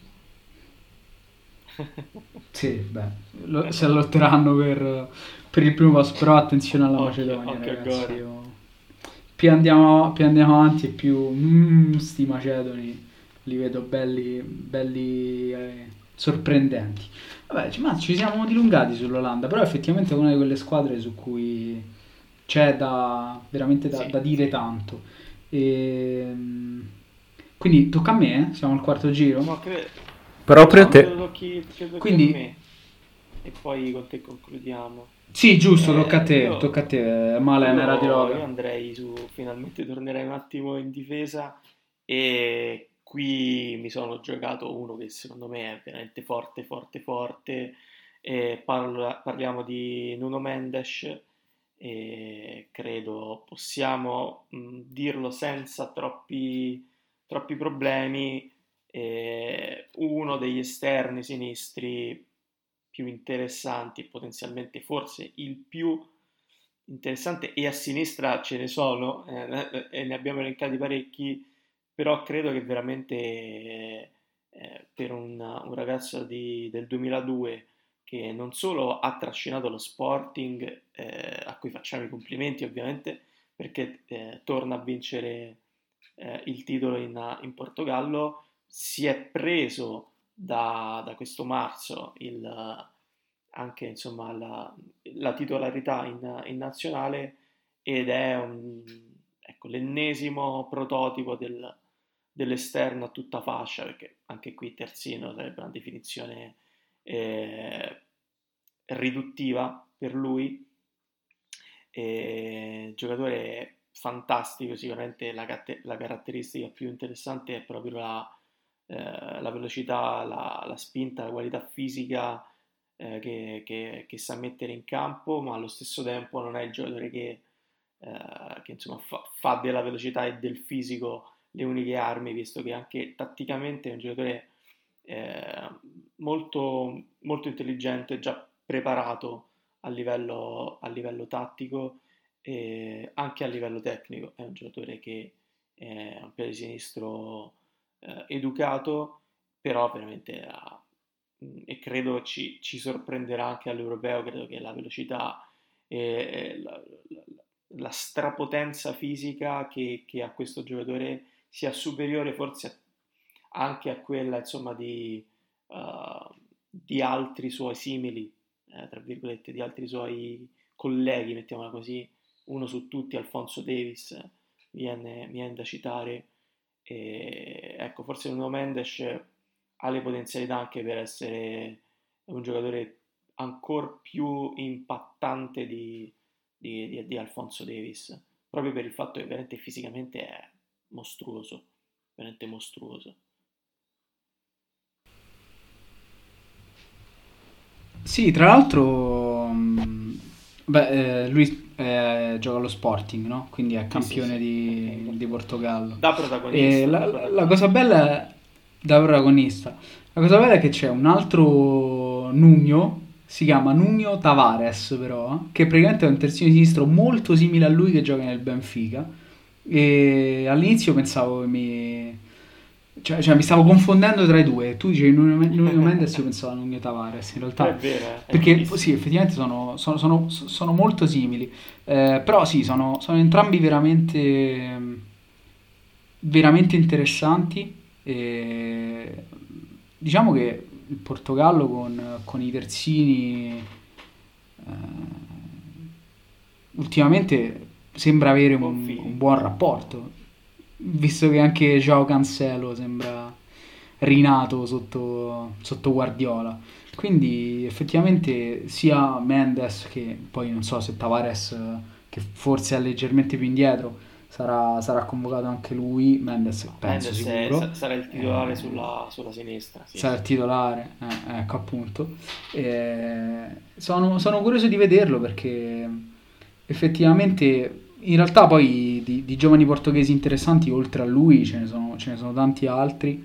Sì, beh, lo- se lotteranno per, per il primo posto, però attenzione alla Occhio, Macedonia, occhio a ragazzi. Gori. io- più andiamo, più andiamo avanti e più mm, sti macedoni li vedo belli, belli eh, sorprendenti. Vabbè, ma ci siamo dilungati sull'Olanda, però effettivamente è una di quelle squadre su cui c'è da veramente da, Sì, da dire sì. tanto. E, quindi tocca a me, eh? Siamo al quarto giro. No, cre- Proprio a no, te. credo tocchi, credo tocchi Quindi- a me. E poi con te concludiamo. Sì, giusto, Eh, tocca a te, io- tocca a te, Malen, era di Io, roga. io andrei su, finalmente tornerei un attimo in difesa e qui mi sono giocato uno che secondo me è veramente forte, forte, forte. E parlo- parliamo di Nuno Mendes e credo possiamo mh, dirlo senza troppi, troppi problemi. eh, uno degli esterni sinistri più interessanti e potenzialmente forse il più interessante, e a sinistra ce ne sono eh, e ne abbiamo elencati parecchi, però credo che veramente eh, eh, per un, un ragazzo di- del duemiladue che non solo ha trascinato lo Sporting, eh, a cui facciamo i complimenti ovviamente perché eh, torna a vincere eh, il titolo in, in Portogallo, si è preso da, da questo marzo il, anche insomma, la, la titolarità in, in nazionale ed è un, ecco, l'ennesimo prototipo del, dell'esterno a tutta fascia, perché anche qui terzino sarebbe una definizione eh, riduttiva per lui. E, giocatore fantastico, sicuramente la, catte- la caratteristica più interessante è proprio la, eh, la velocità, la, la spinta, la qualità fisica eh, che, che- che sa mettere in campo, ma allo stesso tempo non è il giocatore che, eh, che, insomma, fa, fa della velocità e del fisico le uniche armi, visto che anche tatticamente è un giocatore eh, molto, molto intelligente, già preparato a livello, a livello tattico e anche a livello tecnico. È un giocatore che è un piede sinistro eh, educato, però veramente ha- mh, e credo ci, ci sorprenderà anche all'europeo. Credo che la velocità e la, la- la strapotenza fisica che, che ha questo giocatore sia superiore forse anche a quella insomma di, uh, di altri suoi simili, eh, tra virgolette, di altri suoi colleghi, mettiamola così, uno su tutti, Alphonso Davies, eh, viene, viene da citare. E, ecco, forse Nuno Mendes ha le potenzialità anche per essere un giocatore ancora più impattante di, di, di, di Alphonso Davies, proprio per il fatto che veramente fisicamente è mostruoso, veramente mostruoso. Sì, tra l'altro, mh, beh, eh, lui eh, gioca allo Sporting, no? Quindi è campione sì, di, sì. di Portogallo. Da protagonista, E la, da la protagonista. cosa bella è, da protagonista, la cosa bella è che c'è un altro Nuno, si chiama Nuno Tavares però, che praticamente è un terzino sinistro molto simile a lui che gioca nel Benfica. E all'inizio pensavo che mi... Cioè, cioè, mi stavo confondendo tra i due. Tu dicevi Nuno Nuno Mendes, io pensavo a Nuno Tavares. In realtà, È vero, eh, è perché verissimo. sì, effettivamente sono, sono- sono- sono molto simili. Eh, però sì, sono, sono entrambi veramente, veramente interessanti. E diciamo che il Portogallo con, con i terzini eh, ultimamente sembra avere un, Confini. un buon rapporto, visto che anche Joao Cancelo sembra rinato sotto, sotto Guardiola. Quindi effettivamente sia Mendes che poi non so se Tavares, eh, che forse è leggermente più indietro, sarà, sarà convocato anche lui. Mendes penso Mendes è- sicuro. sa- sarà il titolare Eh, sulla, sulla sinistra. Sì, sarà sì. il titolare, eh, ecco appunto. Eh, sono, sono curioso di vederlo perché effettivamente in realtà poi di, di giovani portoghesi interessanti oltre a lui ce ne sono, ce ne sono tanti altri,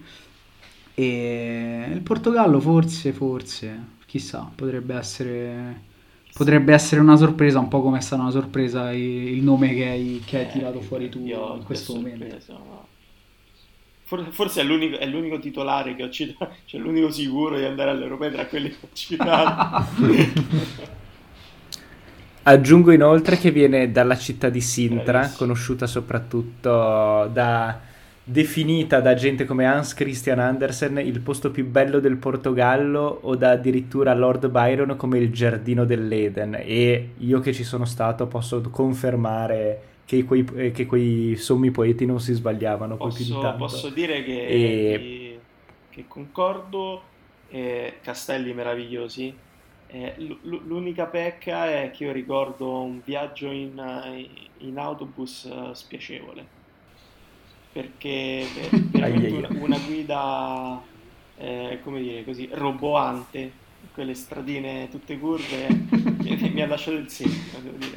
e il Portogallo forse, forse, chissà, potrebbe essere, potrebbe essere una sorpresa, un po' come è stata una sorpresa il, il nome che hai, che hai Eh, tirato fuori tu io in questo ho momento. sorpreso, ma- For- Forse è l'unico, è l'unico titolare che ho citato, cioè l'unico sicuro di andare all'Europeo tra quelli che ho citato. Aggiungo inoltre che viene dalla città di Sintra, Bravissimo. conosciuta soprattutto da, definita da gente come Hans Christian Andersen il posto più bello del Portogallo, o da addirittura Lord Byron come il giardino dell'Eden, e io che ci sono stato posso confermare che quei, eh, che quei sommi poeti non si sbagliavano poi più di Posso, tanto. posso dire che, E che- che concordo, eh, castelli meravigliosi. Eh, l- l- l'unica pecca è che io ricordo un viaggio in, eh, in autobus eh, spiacevole, perché è veramente Ai ai una, ai. una guida, eh, come dire così, roboante, quelle stradine tutte curve, mi, mi ha lasciato il segno, devo dire.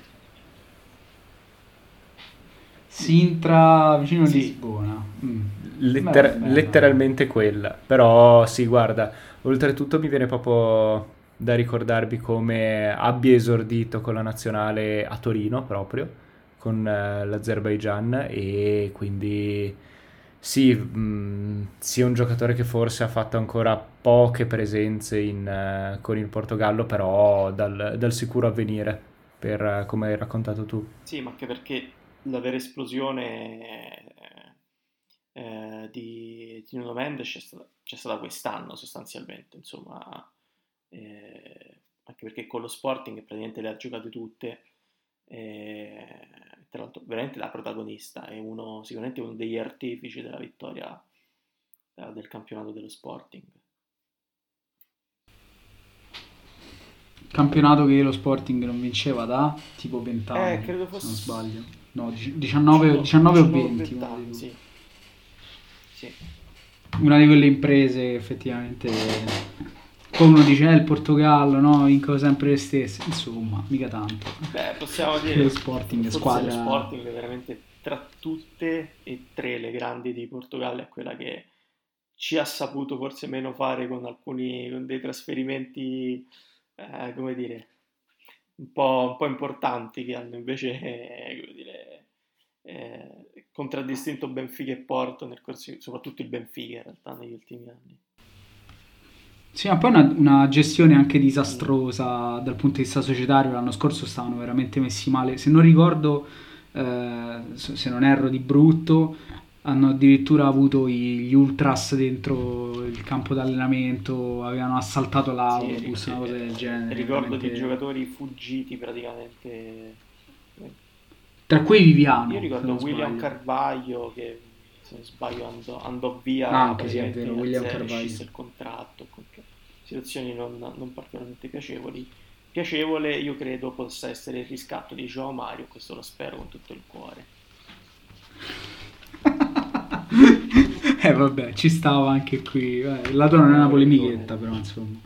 Sintra vicino a Sì, Lisbona. Mm. Letter- Beh, beh, letteralmente quella. Però sì, guarda, oltretutto mi viene proprio da ricordarvi come abbia esordito con la nazionale a Torino proprio, con eh, l'Azerbaigian, e quindi sì, mh, sia un giocatore che forse ha fatto ancora poche presenze in, eh, con il Portogallo, però dal, dal sicuro avvenire, per eh, come hai raccontato tu. sì, ma anche perché la vera esplosione eh, di, di Nuno Mendes c'è stata, c'è stata quest'anno sostanzialmente, insomma, eh, anche perché con lo Sporting praticamente le ha giocate tutte, eh, tra l'altro veramente da protagonista, è uno, sicuramente uno degli artefici della vittoria eh, del campionato dello Sporting. Campionato che lo Sporting non vinceva da tipo venti Eh, anni, credo se non fosse sbaglio. No, dici- diciannove, diciannove o venti. una anni, delle due. sì. Sì. Una di quelle imprese che effettivamente poi uno dice, eh, il Portogallo, no, vincono sempre le stesse. Insomma, mica tanto. Beh, possiamo dire Lo Sporting, forse squadra... lo Sporting è veramente tra tutte e tre le grandi di Portogallo è quella che ci ha saputo forse meno fare con alcuni con dei trasferimenti, eh, come dire, un po', un po' importanti, che hanno invece eh, come dire, eh, contraddistinto Benfica e Porto nel corso, soprattutto il Benfica in realtà negli ultimi anni. Sì, ma poi una, una gestione anche disastrosa dal punto di vista societario. L'anno scorso stavano veramente messi male. Se non ricordo, eh, se se non erro di brutto, hanno addirittura avuto i- gli ultras dentro il campo d'allenamento, avevano assaltato Sì, l'autobus, ri- una cosa del eh, genere. ricordo di veramente- giocatori fuggiti praticamente. Tra cui Viviano, Io se ricordo non William sbaglio. Carvalho che, se non sbaglio, andò, andò via Ah, anche sì, è praticamente vero, a William zero, Carvalho. scisse il contratto, con situazioni non, non particolarmente piacevoli. Piacevole, io credo possa essere il riscatto di João Mario, questo lo spero con tutto il cuore. Eh vabbè, ci stava anche qui. Eh, la tua non è una polemichetta, però insomma.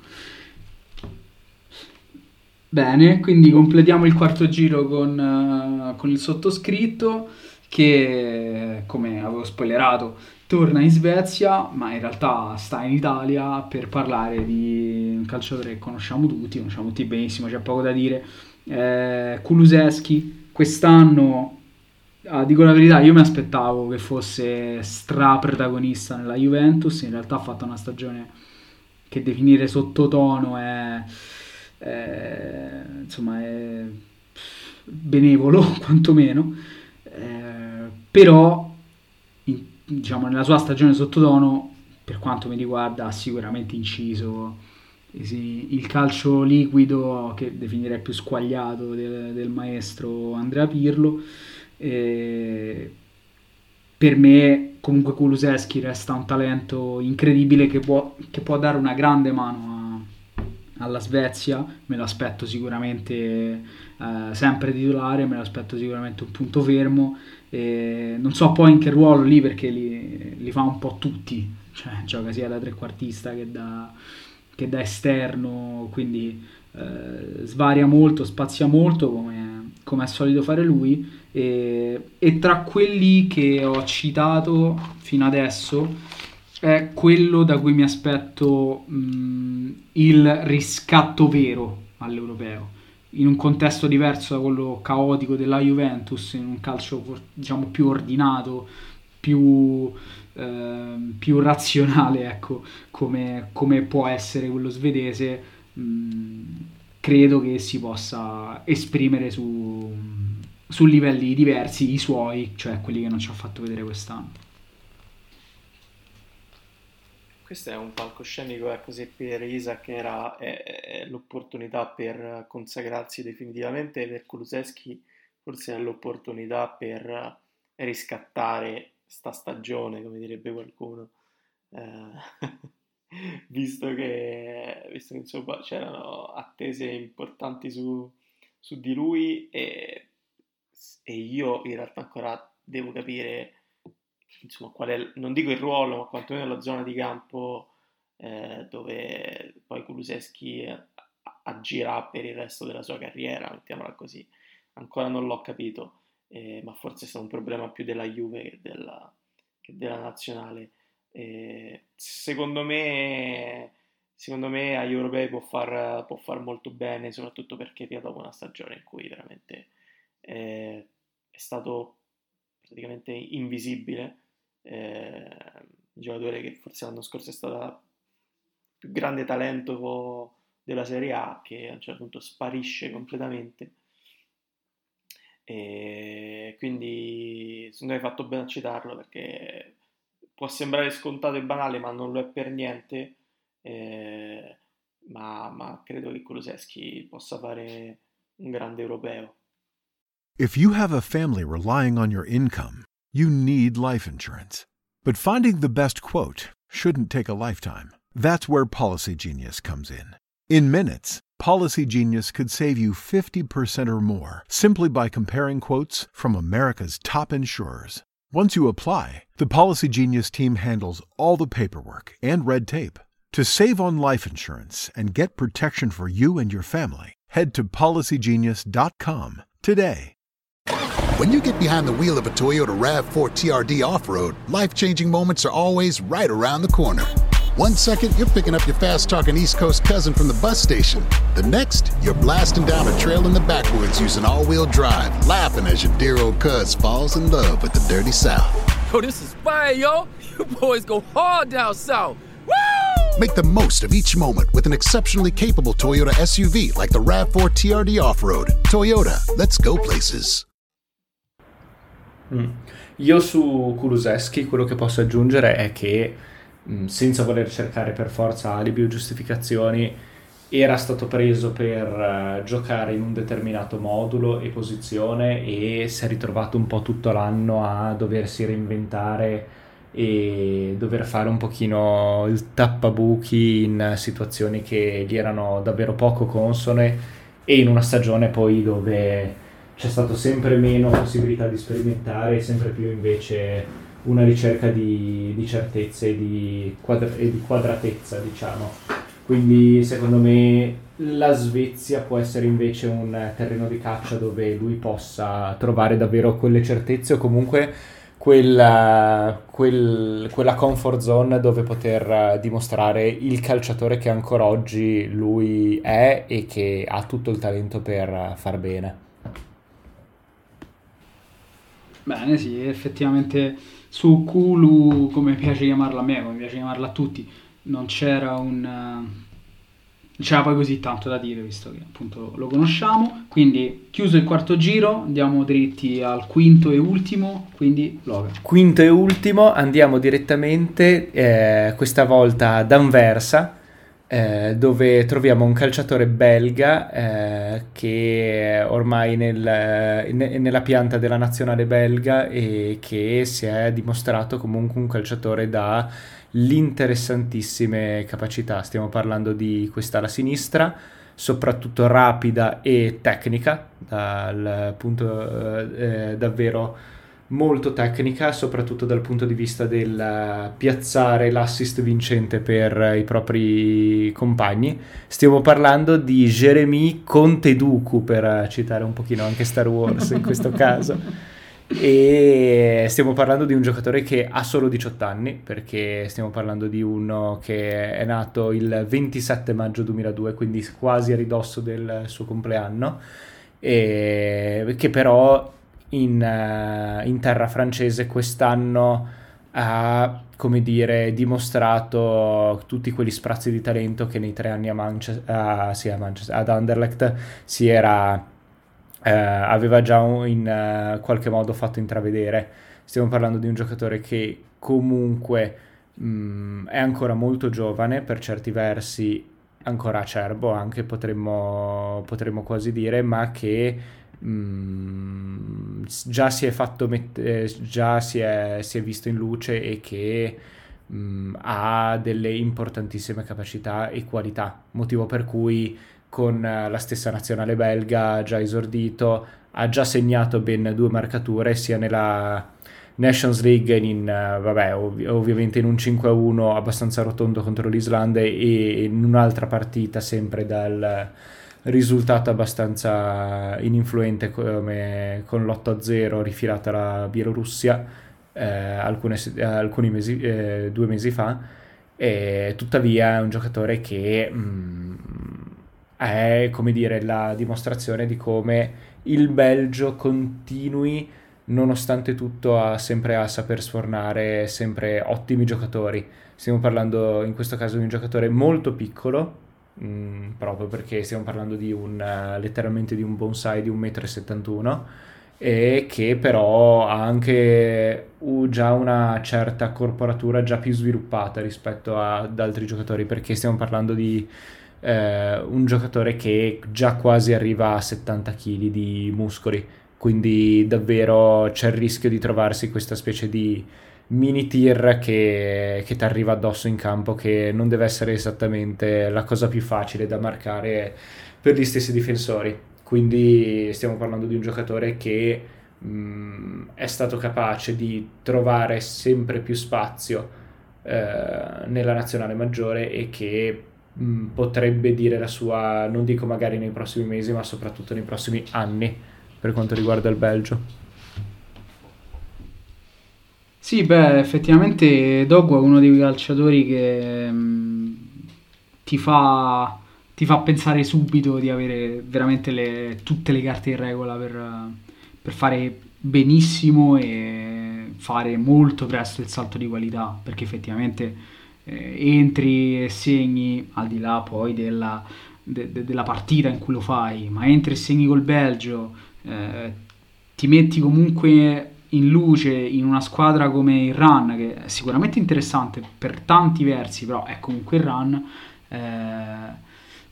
Bene, quindi completiamo il quarto giro con, eh, con il sottoscritto che, come avevo spoilerato, torna in Svezia, ma in realtà sta in Italia per parlare di un calciatore che conosciamo tutti, conosciamo tutti benissimo, c'è poco da dire. Eh, Kulusevski, quest'anno, ah, dico la verità, io mi aspettavo che fosse stra-protagonista nella Juventus, in realtà ha fatto una stagione che definire sottotono è, è, insomma, è benevolo, quantomeno, eh, però in- diciamo nella sua stagione sottotono, per quanto mi riguarda, ha sicuramente inciso eh sì, il calcio liquido che definirei più squagliato del, del maestro Andrea Pirlo. E per me comunque Kulusevski resta un talento incredibile che può, che può dare una grande mano a- alla Svezia. Me lo aspetto sicuramente eh, sempre titolare, me lo aspetto sicuramente un punto fermo. E non so poi in che ruolo lì, perché li, li fa un po' tutti, cioè gioca sia da trequartista che da, che da esterno, quindi eh, svaria molto, spazia molto come, come è solito fare lui. E, e tra quelli che ho citato fino adesso è quello da cui mi aspetto mh, il riscatto vero all'europeo, in un contesto diverso da quello caotico della Juventus, in un calcio for- diciamo più ordinato, più, ehm, più razionale, ecco, come, come può essere quello svedese. mh, credo che si possa esprimere su, su livelli diversi, i suoi, cioè quelli che non ci ha fatto vedere quest'anno. Questo è un palcoscenico, ecco, se per Isak era è, è l'opportunità per consacrarsi definitivamente, per Kulusevski forse è l'opportunità per riscattare sta stagione, come direbbe qualcuno, eh, visto che, visto che insomma c'erano attese importanti su, su di lui e, e io in realtà ancora devo capire insomma qual è, non dico il ruolo, ma quantomeno la zona di campo eh, dove poi Kulusevski agirà per il resto della sua carriera, mettiamola così. Ancora non l'ho capito, eh, ma forse è stato un problema più della Juve che della, che della nazionale. Eh, secondo me secondo me agli europei può far, può far molto bene, soprattutto perché via dopo una stagione in cui veramente eh, è stato praticamente invisibile, eh, un giocatore che forse l'anno scorso è stato il più grande talento della Serie A, che a un certo punto sparisce completamente. E quindi secondo me hai fatto bene a citarlo, perché può sembrare scontato e banale, ma non lo è per niente, eh, ma, ma credo che Kulusevski possa fare un grande europeo. If you have a family relying on your income, you need life insurance. But finding the best quote shouldn't take a lifetime. That's where Policy Genius comes in. In minutes, Policy Genius could save you fifty percent or more simply by comparing quotes from America's top insurers. Once you apply, the Policy Genius team handles all the paperwork and red tape. To save on life insurance and get protection for you and your family, head to policy genius dot com today. When you get behind the wheel of a Toyota RAV four T R D off-road, life-changing moments are always right around the corner. One second, you're picking up your fast-talking East Coast cousin from the bus station. The next, you're blasting down a trail in the backwoods using all-wheel drive, laughing as your dear old cuz falls in love with the dirty South. Yo, this is fire, yo. You boys go hard down south. Woo! Make the most of each moment with an exceptionally capable Toyota S U V like the RAV four T R D Off-Road. Toyota, let's go places. Mm. Io su Kulusevski quello che posso aggiungere è che mh, senza voler cercare per forza alibi o giustificazioni, era stato preso per uh, giocare in un determinato modulo e posizione e si è ritrovato un po' tutto l'anno a doversi reinventare e dover fare un pochino il tappabuchi in situazioni che gli erano davvero poco consone, e in una stagione poi dove c'è stato sempre meno possibilità di sperimentare, sempre più invece una ricerca di, di certezze e di, quadra- e di quadratezza, diciamo. Quindi secondo me la Svezia può essere invece un terreno di caccia dove lui possa trovare davvero quelle certezze, o comunque quella, quel, quella comfort zone dove poter dimostrare il calciatore che ancora oggi lui è e che ha tutto il talento per far bene. Bene, sì, effettivamente su Kulu, come piace chiamarla a me, come piace chiamarla a tutti, non c'era un... non c'era poi così tanto da dire, visto che appunto lo conosciamo. Quindi chiuso il quarto giro, andiamo dritti al quinto e ultimo, quindi Logan. Quinto e ultimo, andiamo direttamente eh, questa volta ad Anversa, eh, dove troviamo un calciatore belga eh, che è ormai nel, ne, nella pianta della nazionale belga e che si è dimostrato comunque un calciatore da l'interessantissime capacità. Stiamo parlando di quest'ala sinistra, soprattutto rapida e tecnica, dal punto eh, davvero molto tecnica, soprattutto dal punto di vista del piazzare l'assist vincente per i propri compagni. Stiamo parlando di Jeremy Conteduku, per citare un pochino anche Star Wars in questo caso. E stiamo parlando di un giocatore che ha solo diciotto anni, perché stiamo parlando di uno che è nato il ventisette maggio duemiladue, quindi quasi a ridosso del suo compleanno, e che però in, uh, in terra francese quest'anno ha come dire, dimostrato tutti quegli sprazzi di talento che nei tre anni a Manchester, a, sì, a Manchester ad Anderlecht si era, eh, aveva già un- in eh, qualche modo fatto intravedere. Stiamo parlando di un giocatore che comunque mh, è ancora molto giovane, per certi versi ancora acerbo, anche potremmo, potremmo quasi dire, ma che mh, s- già si è fatto met- eh, già si è, si è visto in luce e che mh, ha delle importantissime capacità e qualità, motivo per cui con eh, la stessa nazionale belga già esordito ha già segnato ben due marcature sia nella Nations League in, eh, vabbè, ov- ovviamente in un cinque a uno abbastanza rotondo contro l'Islanda e in un'altra partita sempre dal risultato abbastanza ininfluente come con l'otto a zero rifilata la Bielorussia eh, alcune se- eh, alcuni mesi, eh, due mesi fa. E tuttavia è un giocatore che mh, è, come dire, la dimostrazione di come il Belgio continui nonostante tutto a sempre a saper sfornare sempre ottimi giocatori. Stiamo parlando in questo caso di un giocatore molto piccolo, mh, proprio perché stiamo parlando di un eh, letteralmente di un bonsai di un metro e settantuno e che però ha anche uh, già una certa corporatura già più sviluppata rispetto a- ad altri giocatori, perché stiamo parlando di eh, un giocatore che già quasi arriva a settanta chili di muscoli, quindi davvero c'è il rischio di trovarsi questa specie di mini tir che, che ti arriva addosso in campo, che non deve essere esattamente la cosa più facile da marcare per gli stessi difensori. Quindi stiamo parlando di un giocatore che mh, è stato capace di trovare sempre più spazio eh, nella nazionale maggiore e che mh, potrebbe dire la sua, non dico magari nei prossimi mesi, ma soprattutto nei prossimi anni per quanto riguarda il Belgio. Sì, beh, effettivamente Dogu è uno dei calciatori che mh, ti fa, ti fa pensare subito di avere veramente le- tutte le carte in regola per, per fare benissimo e fare molto presto il salto di qualità, perché effettivamente eh, entri e segni, al di là poi della, de- de- della partita in cui lo fai, ma entri e segni col Belgio, eh, ti metti comunque in luce in una squadra come il Run, che è sicuramente interessante per tanti versi, però è comunque il Run. eh,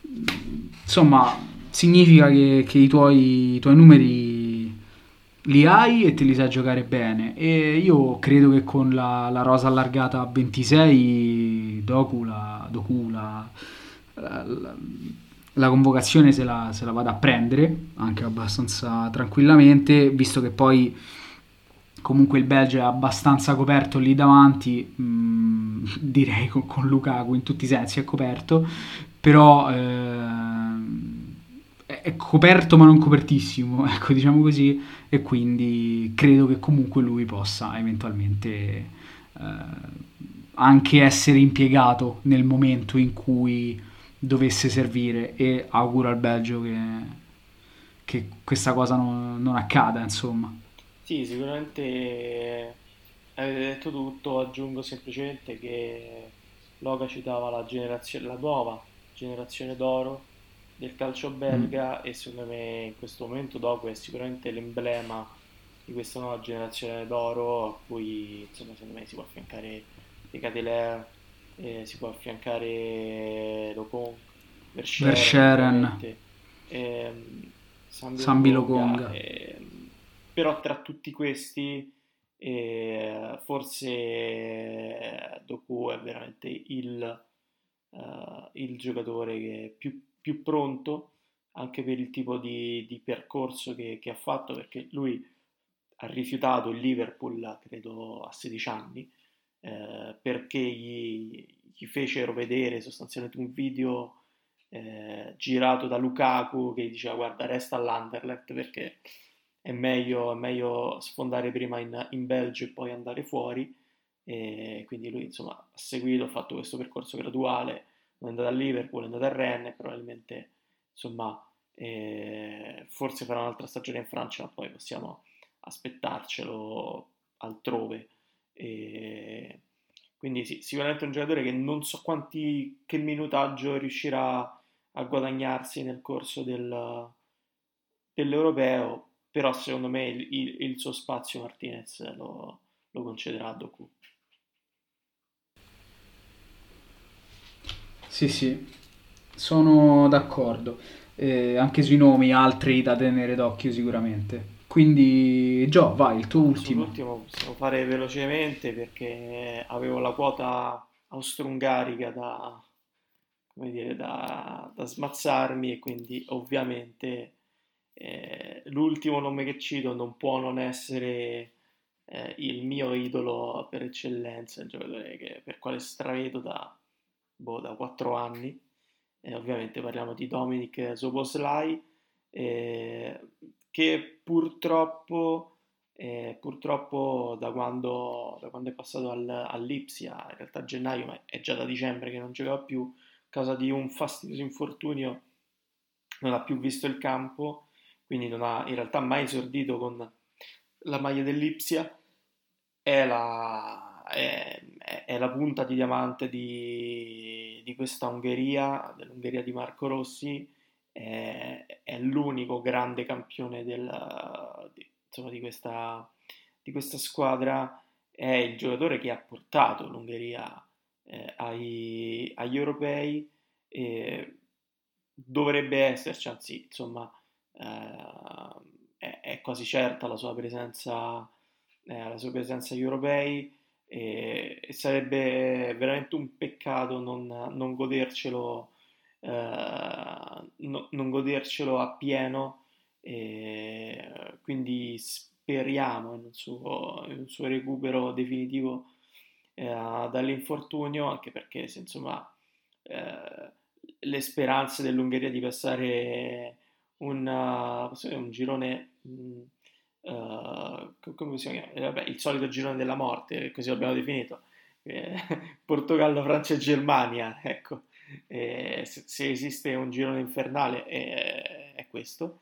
insomma, significa che, che i, tuoi, i tuoi numeri li hai e te li sai giocare bene. E io credo che con la, la rosa allargata a ventisei, Doku la, Doku la, la, la- la convocazione se la, se la vada a prendere anche abbastanza tranquillamente, visto che poi comunque il Belgio è abbastanza coperto lì davanti, mh, direi con, con Lukaku in tutti i sensi è coperto, però ehm, è, è coperto ma non copertissimo, ecco, diciamo così, e quindi credo che comunque lui possa eventualmente eh, anche essere impiegato nel momento in cui dovesse servire, e auguro al Belgio che, che questa cosa non, non accada, insomma. Sì, sicuramente avete detto tutto, aggiungo semplicemente che Loga citava la generazione, la nuova generazione d'oro del calcio Mm. belga e secondo me in questo momento Doku è sicuramente l'emblema di questa nuova generazione d'oro a cui insomma secondo me si può affiancare De Ketelaere, eh, si può affiancare Lecomte, Verscheren Verscheren, ovviamente, ehm, Sambi Sambi Lokonga, Lokonga. ehm, però tra tutti questi eh, forse eh, Doku è veramente il, eh, il giocatore che è più, più pronto anche per il tipo di, di percorso che, che ha fatto, perché lui ha rifiutato il Liverpool, credo a sedici anni, eh, perché gli, gli fecero vedere sostanzialmente un video eh, girato da Lukaku che diceva guarda resta all'Anderlecht perché è meglio, è meglio sfondare prima in, in Belgio e poi andare fuori, e quindi lui insomma ha seguito, ha fatto questo percorso graduale, è andato a Liverpool, è andato a Rennes, probabilmente insomma eh, forse farà un'altra stagione in Francia, ma poi possiamo aspettarcelo altrove. E quindi sì, sicuramente è un giocatore che non so quanti, che minutaggio riuscirà a guadagnarsi nel corso del, dell'Europeo, però secondo me il, il- il suo spazio Martinez lo, lo concederà a Doku. Sì, sì, sono d'accordo. Eh, anche sui nomi, altri da tenere d'occhio sicuramente. Quindi, Gio, vai, il tuo Ma ultimo. sull'ultimo possiamo fare velocemente perché avevo la quota austro-ungarica da, come dire, da, da smazzarmi e quindi ovviamente eh, l'ultimo nome che cito non può non essere eh, il mio idolo per eccellenza, il giocatore che- per quale stravedo da, boh, da quattro anni. E ovviamente parliamo di Dominik Szoboszlai, eh, che purtroppo, eh, purtroppo da quando, da quando è passato al, all'Ipsia, in realtà a gennaio, ma è già da dicembre che non giocava più, a causa di un fastidioso infortunio, non ha più visto il campo, quindi non ha in realtà mai esordito con la maglia dell'Ipsia. È la, è, è- è la punta di diamante di, di questa Ungheria, dell'Ungheria di Marco Rossi, è, è l'unico grande campione del- di, insomma, di questa, di questa squadra, è il giocatore che ha portato l'Ungheria eh, ai- agli europei e dovrebbe esserci, anzi, insomma, eh, è, è quasi certa la sua presenza, eh, la sua presenza agli europei e, e sarebbe veramente un peccato non, non godercelo, eh, no- non godercelo appieno. E quindi speriamo in un suo, in un suo recupero definitivo eh, dall'infortunio, anche perché se, insomma eh, le speranze dell'Ungheria di passare un, uh, posso dire, un girone, mh, uh, co- come si chiama? Eh, vabbè, il solito girone della morte, così l'abbiamo definito. Eh, Portogallo, Francia e Germania, ecco. Eh, se, se esiste un girone infernale è, è questo.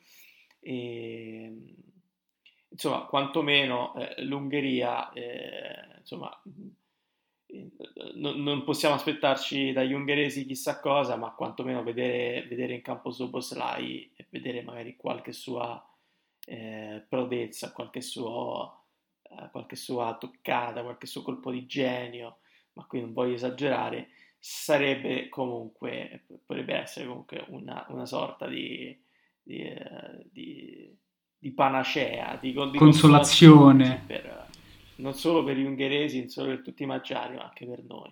E, insomma, quantomeno eh, l'Ungheria, eh, insomma, eh, non, non possiamo aspettarci dagli ungheresi chissà cosa, ma quantomeno vedere, vedere in campo Szoboszlai e vedere magari qualche sua eh, prodezza, qualche suo, eh, qualche sua toccata, qualche suo colpo di genio, ma qui non voglio esagerare, sarebbe comunque, potrebbe essere comunque una, una sorta di, di, eh, di- di panacea, di, con- di consolazione, sì, Consolazione. per, non solo per gli ungheresi, non solo per tutti i maggiari, ma anche per noi.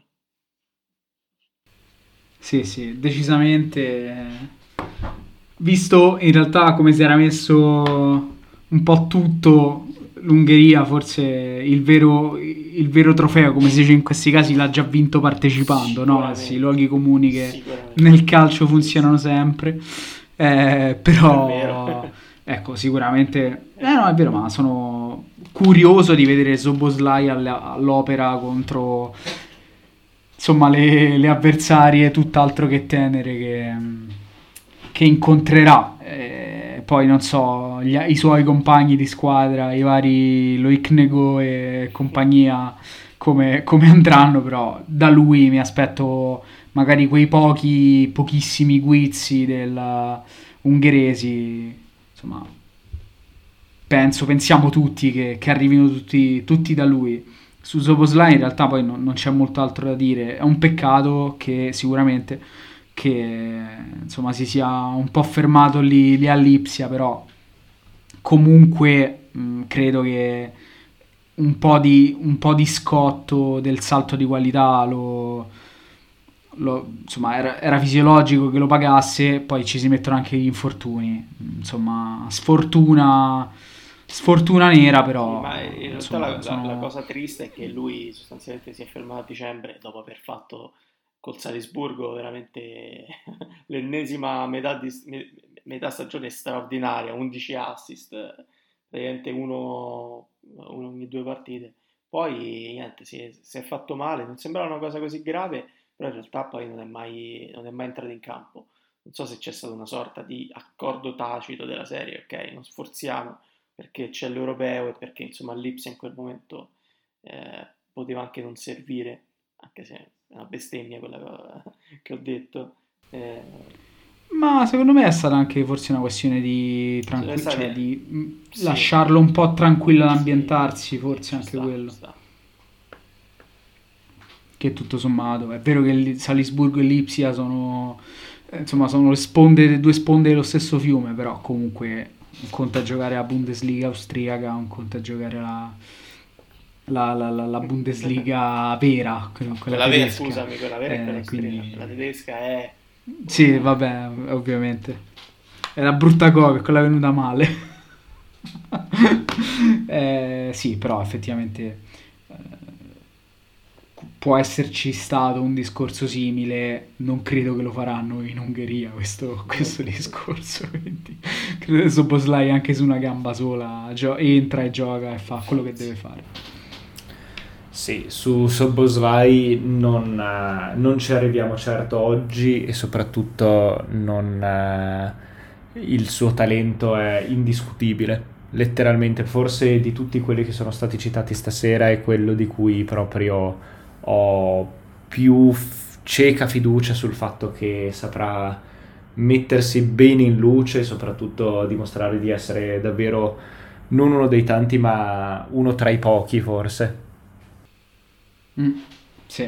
Sì, sì, decisamente. eh, Visto in realtà come si era messo un po' tutto, l'Ungheria forse il vero, il vero trofeo, come si dice in questi casi, l'ha già vinto partecipando, no? Questi Sicuramente, luoghi comuni che sicuramente, nel calcio sì, sì, funzionano sempre. Eh, è vero. però, ecco, sicuramente... Eh no, è vero, ma sono curioso di vedere Szoboszlai all- all'opera contro insomma le, le avversarie tutt'altro che tenere che, che incontrerà. Eh, poi non so, gli- i suoi compagni di squadra, i vari Loic Nego e compagnia, come, come andranno, però da lui mi aspetto magari quei pochi, pochissimi guizzi del ungheresi, insomma, penso, pensiamo tutti che, che arrivino tutti, tutti da lui. Su Szoboszlai in realtà poi non, non c'è molto altro da dire, è un peccato che sicuramente che insomma si sia un po' fermato lì, lì all'Ipsia, però comunque mh, credo che un po' di, un po' di scotto del salto di qualità lo, lo- insomma era, era fisiologico che lo pagasse, poi ci si mettono anche gli infortuni, insomma sfortuna sfortuna nera, Sì, però ma in realtà insomma la, la- la sono cosa triste è che lui sostanzialmente si è fermato a dicembre dopo aver fatto col Salisburgo veramente l'ennesima metà, di- me- metà stagione straordinaria, undici assist, praticamente uno, uno ogni due partite. Poi niente, si è, si è fatto male, non sembrava una cosa così grave, però in realtà poi non è mai, non è mai entrato in campo. Non so se c'è stata una sorta di accordo tacito della serie, ok, non sforziamo perché c'è l'europeo e perché insomma l'Ipsia in quel momento eh, poteva anche non servire anche se è una bestemmia quella che ho, che ho detto. Eh, Ma secondo me è stata anche forse una questione di, sono tranqui- stati- cioè di mh, sì, lasciarlo un po' tranquillo ad sì, ambientarsi, forse ci anche sta, quello. ci sta. Che tutto sommato è vero che il Salisburgo e l'Ipsia sono, eh, insomma, sono le sponde, due sponde dello stesso fiume, però comunque un conto è giocare a Bundesliga austriaca, un conto è giocare la, la, la, la- la Bundesliga vera, quella Quella vera, tedesca. scusami, quella vera è quella Eh, austriaca, quindi quella tedesca è... sì, vabbè, ovviamente è la brutta cosa, quella è venuta male. Eh, sì, però effettivamente eh, può esserci stato un discorso simile, non credo che lo faranno in Ungheria questo, questo discorso, quindi credo che Szoboszlai anche su una gamba sola gio- entra e gioca e fa quello che deve fare. Sì, su Szoboszlai non, eh, non ci arriviamo certo oggi, e soprattutto non, eh, il suo talento è indiscutibile. Letteralmente, forse di tutti quelli che sono stati citati stasera è quello di cui proprio ho più f- cieca fiducia sul fatto che saprà mettersi bene in luce e soprattutto dimostrare di essere davvero non uno dei tanti, ma uno tra i pochi forse. Mm, sì,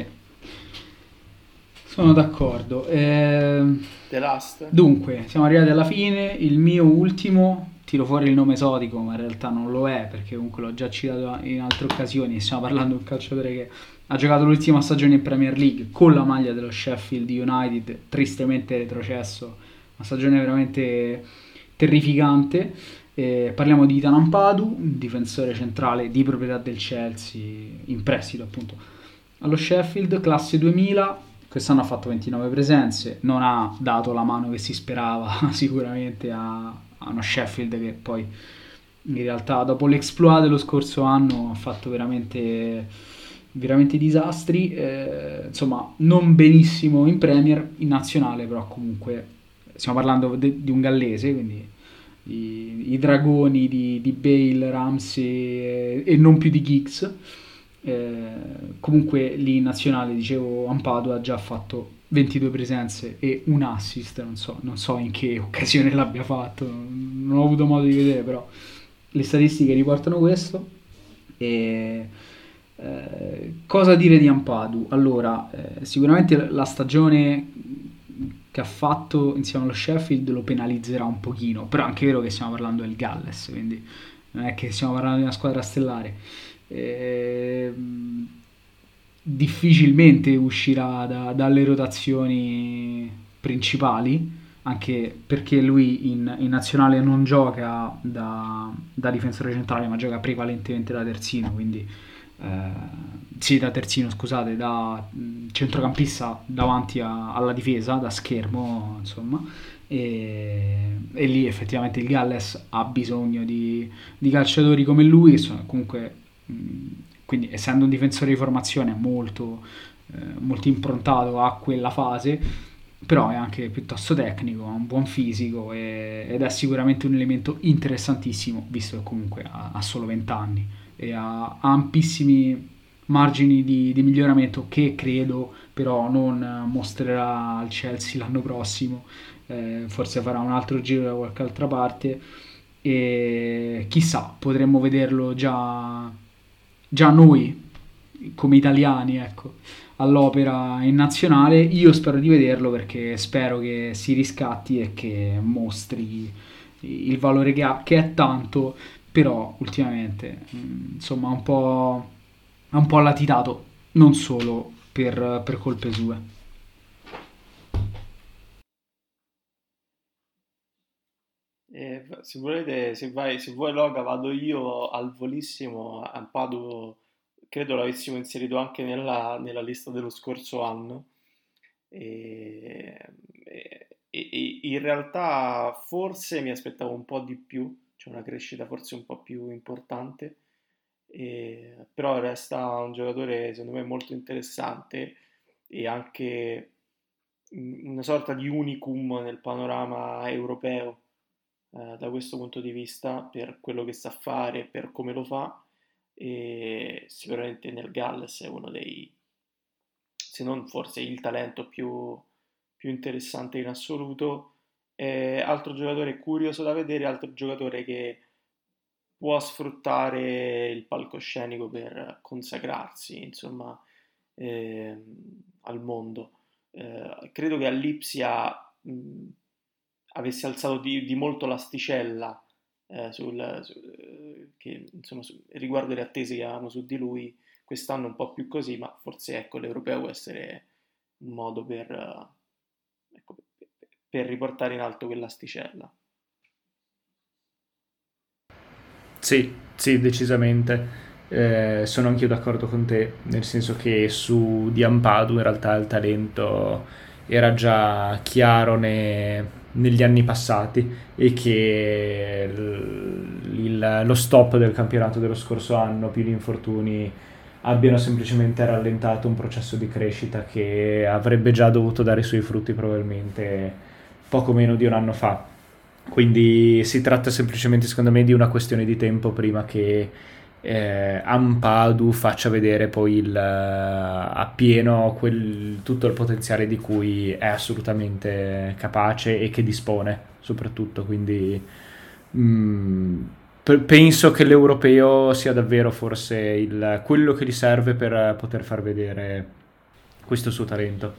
sono d'accordo. Ehm, The Last? Dunque, siamo arrivati alla fine. Il mio ultimo, tiro fuori il nome esotico, ma in realtà non lo è, perché comunque l'ho già citato in altre occasioni. Stiamo parlando di un calciatore che ha giocato l'ultima stagione in Premier League con la maglia dello Sheffield United, tristemente retrocesso, una stagione veramente terrificante. Eh, parliamo di Ethan Ampadu, un difensore centrale di proprietà del Chelsea, in prestito appunto allo Sheffield, classe duemila. Quest'anno ha fatto ventinove presenze, non ha dato la mano che si sperava sicuramente a, a uno Sheffield che poi in realtà dopo l'exploit dello scorso anno ha fatto veramente, veramente disastri. Eh, insomma, non benissimo in Premier, in nazionale però comunque stiamo parlando de- di un gallese, quindi i, i dragoni di, di Bale, Ramsey e, e non più di Giggs. Eh, comunque lì in nazionale, dicevo, Ampadu ha già fatto ventidue presenze e un assist, non so, non so in che occasione l'abbia fatto, non ho avuto modo di vedere, però le statistiche riportano questo. E eh, cosa dire di Ampadu? Allora, eh, sicuramente la stagione che ha fatto insieme allo Sheffield lo penalizzerà un pochino, però è anche vero che stiamo parlando del Galles, quindi non è che stiamo parlando di una squadra stellare. Eh, difficilmente uscirà da, dalle rotazioni principali, anche perché lui in, in nazionale non gioca da, da difensore centrale, ma gioca prevalentemente da terzino, quindi eh, sì, da terzino, scusate, da mh, centrocampista davanti a- alla difesa, da schermo, insomma. E, e lì effettivamente il Galles ha bisogno di, di calciatori come lui, che sono comunque, mh, quindi essendo un difensore di formazione molto, eh, molto improntato a quella fase, però è anche piuttosto tecnico, ha un buon fisico e- ed è sicuramente un elemento interessantissimo, visto che comunque ha, ha solo venti anni e ha ampissimi margini di, di miglioramento, che credo però non mostrerà al Chelsea l'anno prossimo. Eh, forse farà un altro giro da qualche altra parte e chissà, potremmo vederlo già, già noi come italiani, ecco, all'opera in nazionale. Io spero di vederlo, perché spero che si riscatti e che mostri il valore che ha, che è tanto, però ultimamente mh, insomma un po', ha un po' latitato, non solo per, per colpe sue. E se volete, se vai, se vuoi Loga, vado io al volissimo. Ampadu credo l'avessimo inserito anche nella, nella lista dello scorso anno. E, e- e- in realtà forse mi aspettavo un po' di più, c'è una crescita forse un po' più importante, e- però resta un giocatore secondo me molto interessante e anche mm, una sorta di unicum nel panorama europeo, eh, da questo punto di vista, per quello che sa fare, per come lo fa, e sicuramente nel Galles è uno dei, se non forse il talento più, più interessante in assoluto. Eh, altro giocatore curioso da vedere, altro giocatore che può sfruttare il palcoscenico per consacrarsi, insomma, eh, al mondo. Eh, credo che all'Ipsia mh, avesse alzato di, di molto l'asticella eh, sul, sul, che, insomma, su, riguardo le attese che avevano su di lui. Quest'anno un po' più così, ma forse ecco, l'europeo può essere un modo per, uh, ecco, per, per riportare in alto quell'asticella. Sì, sì, decisamente. Eh, sono anch'io d'accordo con te, nel senso che su di Ampadu in realtà il talento era già chiaro ne- negli anni passati e che il- il- lo stop del campionato dello scorso anno, più gli infortuni, abbiano semplicemente rallentato un processo di crescita che avrebbe già dovuto dare i suoi frutti probabilmente poco meno di un anno fa. Quindi si tratta semplicemente, secondo me, di una questione di tempo prima che eh, Ampadu faccia vedere poi il, appieno quel, tutto il potenziale di cui è assolutamente capace e che dispone, soprattutto. Quindi mh, p- penso che l'europeo sia davvero forse il, quello che gli serve per poter far vedere questo suo talento.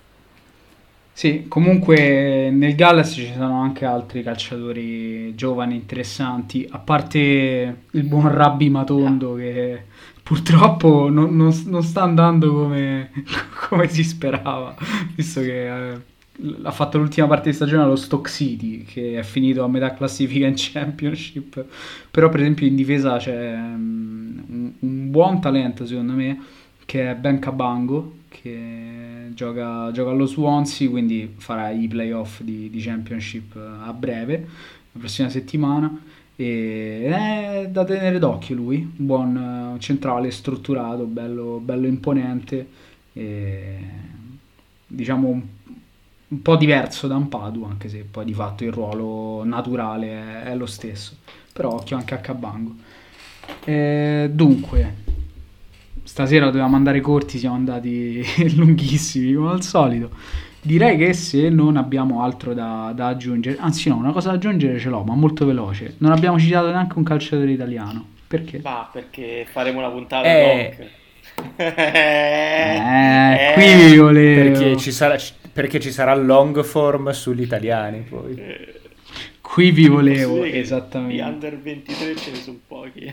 Sì, comunque nel Galles ci sono anche altri calciatori giovani interessanti, a parte il buon Rabbi Matondo che purtroppo non, non- non sta andando come, come si sperava, visto che eh, ha fatto l'ultima parte di stagione allo Stoke City, che è finito a metà classifica in Championship, però per esempio in difesa c'è mm, un, un buon talento secondo me, che è Ben Cabango, che gioca, gioca allo Swansea, quindi farà i playoff di, di Championship a breve, la prossima settimana. E è da tenere d'occhio lui, un buon eh, centrale strutturato, bello, bello imponente, e, diciamo un, un po' diverso da Ampadu, anche se poi di fatto il ruolo naturale è, è lo stesso. Però occhio anche a Cabango. Eh, dunque, stasera dovevamo andare corti, siamo andati lunghissimi come al solito. Direi che se non abbiamo altro da, da aggiungere, anzi no, una cosa da aggiungere ce l'ho, ma molto veloce. Non abbiamo citato neanche un calciatore italiano. Perché? Ma perché faremo una puntata Eh. doc. Eh, qui vi volevo. Perché ci sarà, perché ci sarà long form sugli italiani poi. Eh, Qui vi volevo, posso dire che Di esattamente. under ventitré ce ne sono pochi.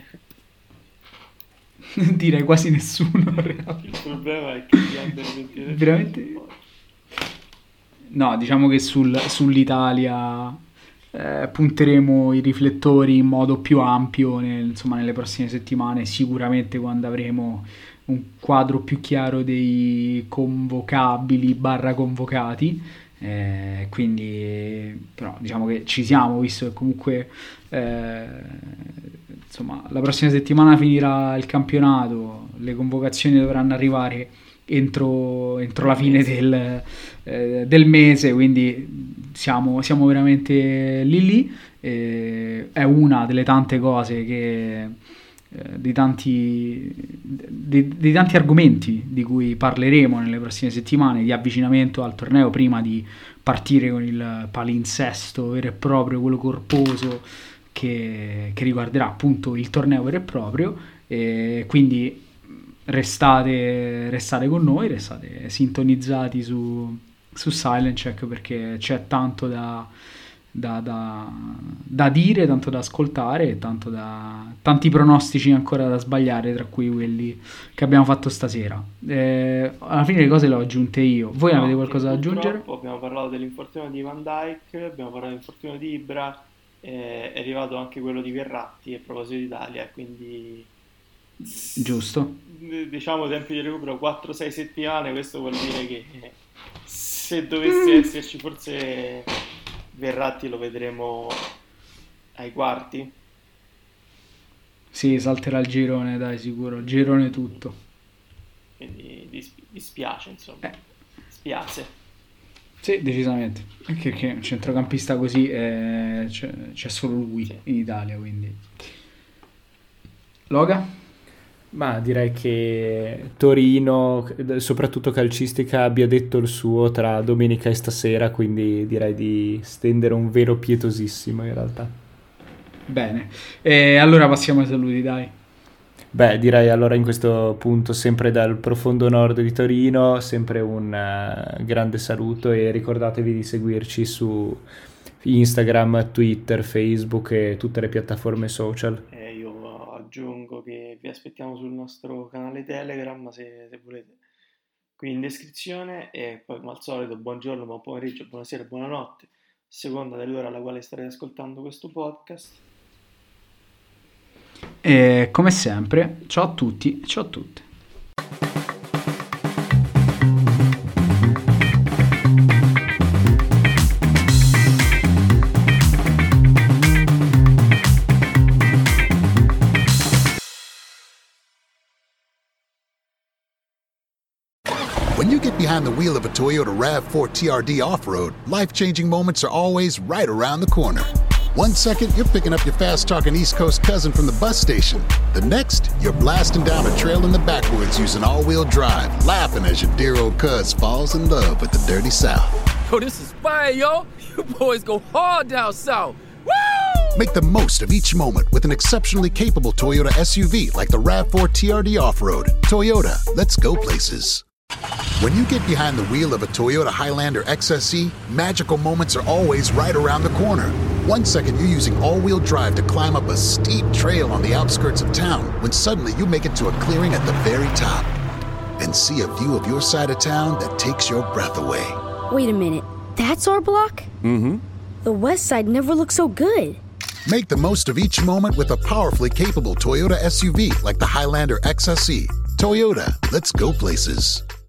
Direi quasi nessuno. in realtà. Il problema è che di under ventitré Veramente? ce ne sono pochi. No, diciamo che sul- sull'Italia eh, punteremo i riflettori in modo più ampio nel- insomma, nelle prossime settimane, sicuramente quando avremo un quadro più chiaro dei convocabili barra convocati. Eh, quindi però diciamo che ci siamo, visto che comunque eh, insomma la prossima settimana finirà il campionato, le convocazioni dovranno arrivare entro, entro la fine del, eh, del mese, quindi siamo, siamo veramente lì lì. Eh, è una delle tante cose che eh, dei tanti, dei, dei tanti argomenti di cui parleremo nelle prossime settimane di avvicinamento al torneo, prima di partire con il palinsesto vero e proprio, quello corposo che, che riguarderà appunto il torneo vero e proprio. E quindi restate, restate con noi, restate sintonizzati su, su Silent Check, perché c'è tanto da, da, da, da dire, tanto da ascoltare e tanto da, tanti pronostici ancora da sbagliare, tra cui quelli che abbiamo fatto stasera. Eh, alla fine le cose le ho aggiunte io. Voi No, avete che qualcosa da aggiungere? purtroppo abbiamo parlato dell'infortunio di Van Dijk, abbiamo parlato dell'infortunio di Ibra, eh, è arrivato anche quello di Verratti a proposito d'Italia, quindi Giusto. d- diciamo tempi di recupero quattro sei settimane. Questo vuol dire che eh, se dovesse esserci forse Verratti lo vedremo ai quarti. Sì, salterà il girone, dai, sicuro. Girone tutto. Quindi dis- dispiace, insomma. Eh. Spiace. Sì, decisamente. Anche perché un centrocampista così eh, c'è, c'è solo lui Sì. in Italia, quindi. Loga? Ma direi che Torino, soprattutto calcistica, abbia detto il suo tra domenica e stasera, quindi direi di stendere un velo pietosissimo in realtà. Bene, e allora passiamo ai saluti, dai. Beh, direi allora in questo punto, sempre dal profondo nord di Torino, sempre un uh, grande saluto e ricordatevi di seguirci su Instagram, Twitter, Facebook e tutte le piattaforme social. Eh, io aggiungo che vi aspettiamo sul nostro canale Telegram se, se volete, qui in descrizione, e poi come al solito buongiorno, buon pomeriggio, buonasera, buonanotte, a seconda dell'ora alla quale starete ascoltando questo podcast. E come sempre, ciao a tutti e ciao a tutte. When you get behind the wheel of a Toyota RAV four T R D off-road, life-changing moments are always right around the corner. One second, you're picking up your fast-talking East Coast cousin from the bus station. The next, you're blasting down a trail in the backwoods using all-wheel drive, laughing as your dear old cuz falls in love with the dirty South. Yo, this is fire, yo. You boys go hard down south. Woo! Make the most of each moment with an exceptionally capable Toyota S U V like the RAV four T R D Off-Road. Toyota, let's go places. When you get behind the wheel of a Toyota Highlander X S E, magical moments are always right around the corner. One second you're using all-wheel drive to climb up a steep trail on the outskirts of town, when suddenly you make it to a clearing at the very top and see a view of your side of town that takes your breath away. Wait a minute, that's our block? Mm-hmm. The west side never looked so good. Make the most of each moment with a powerfully capable Toyota S U V like the Highlander X S E. Toyota, let's go places.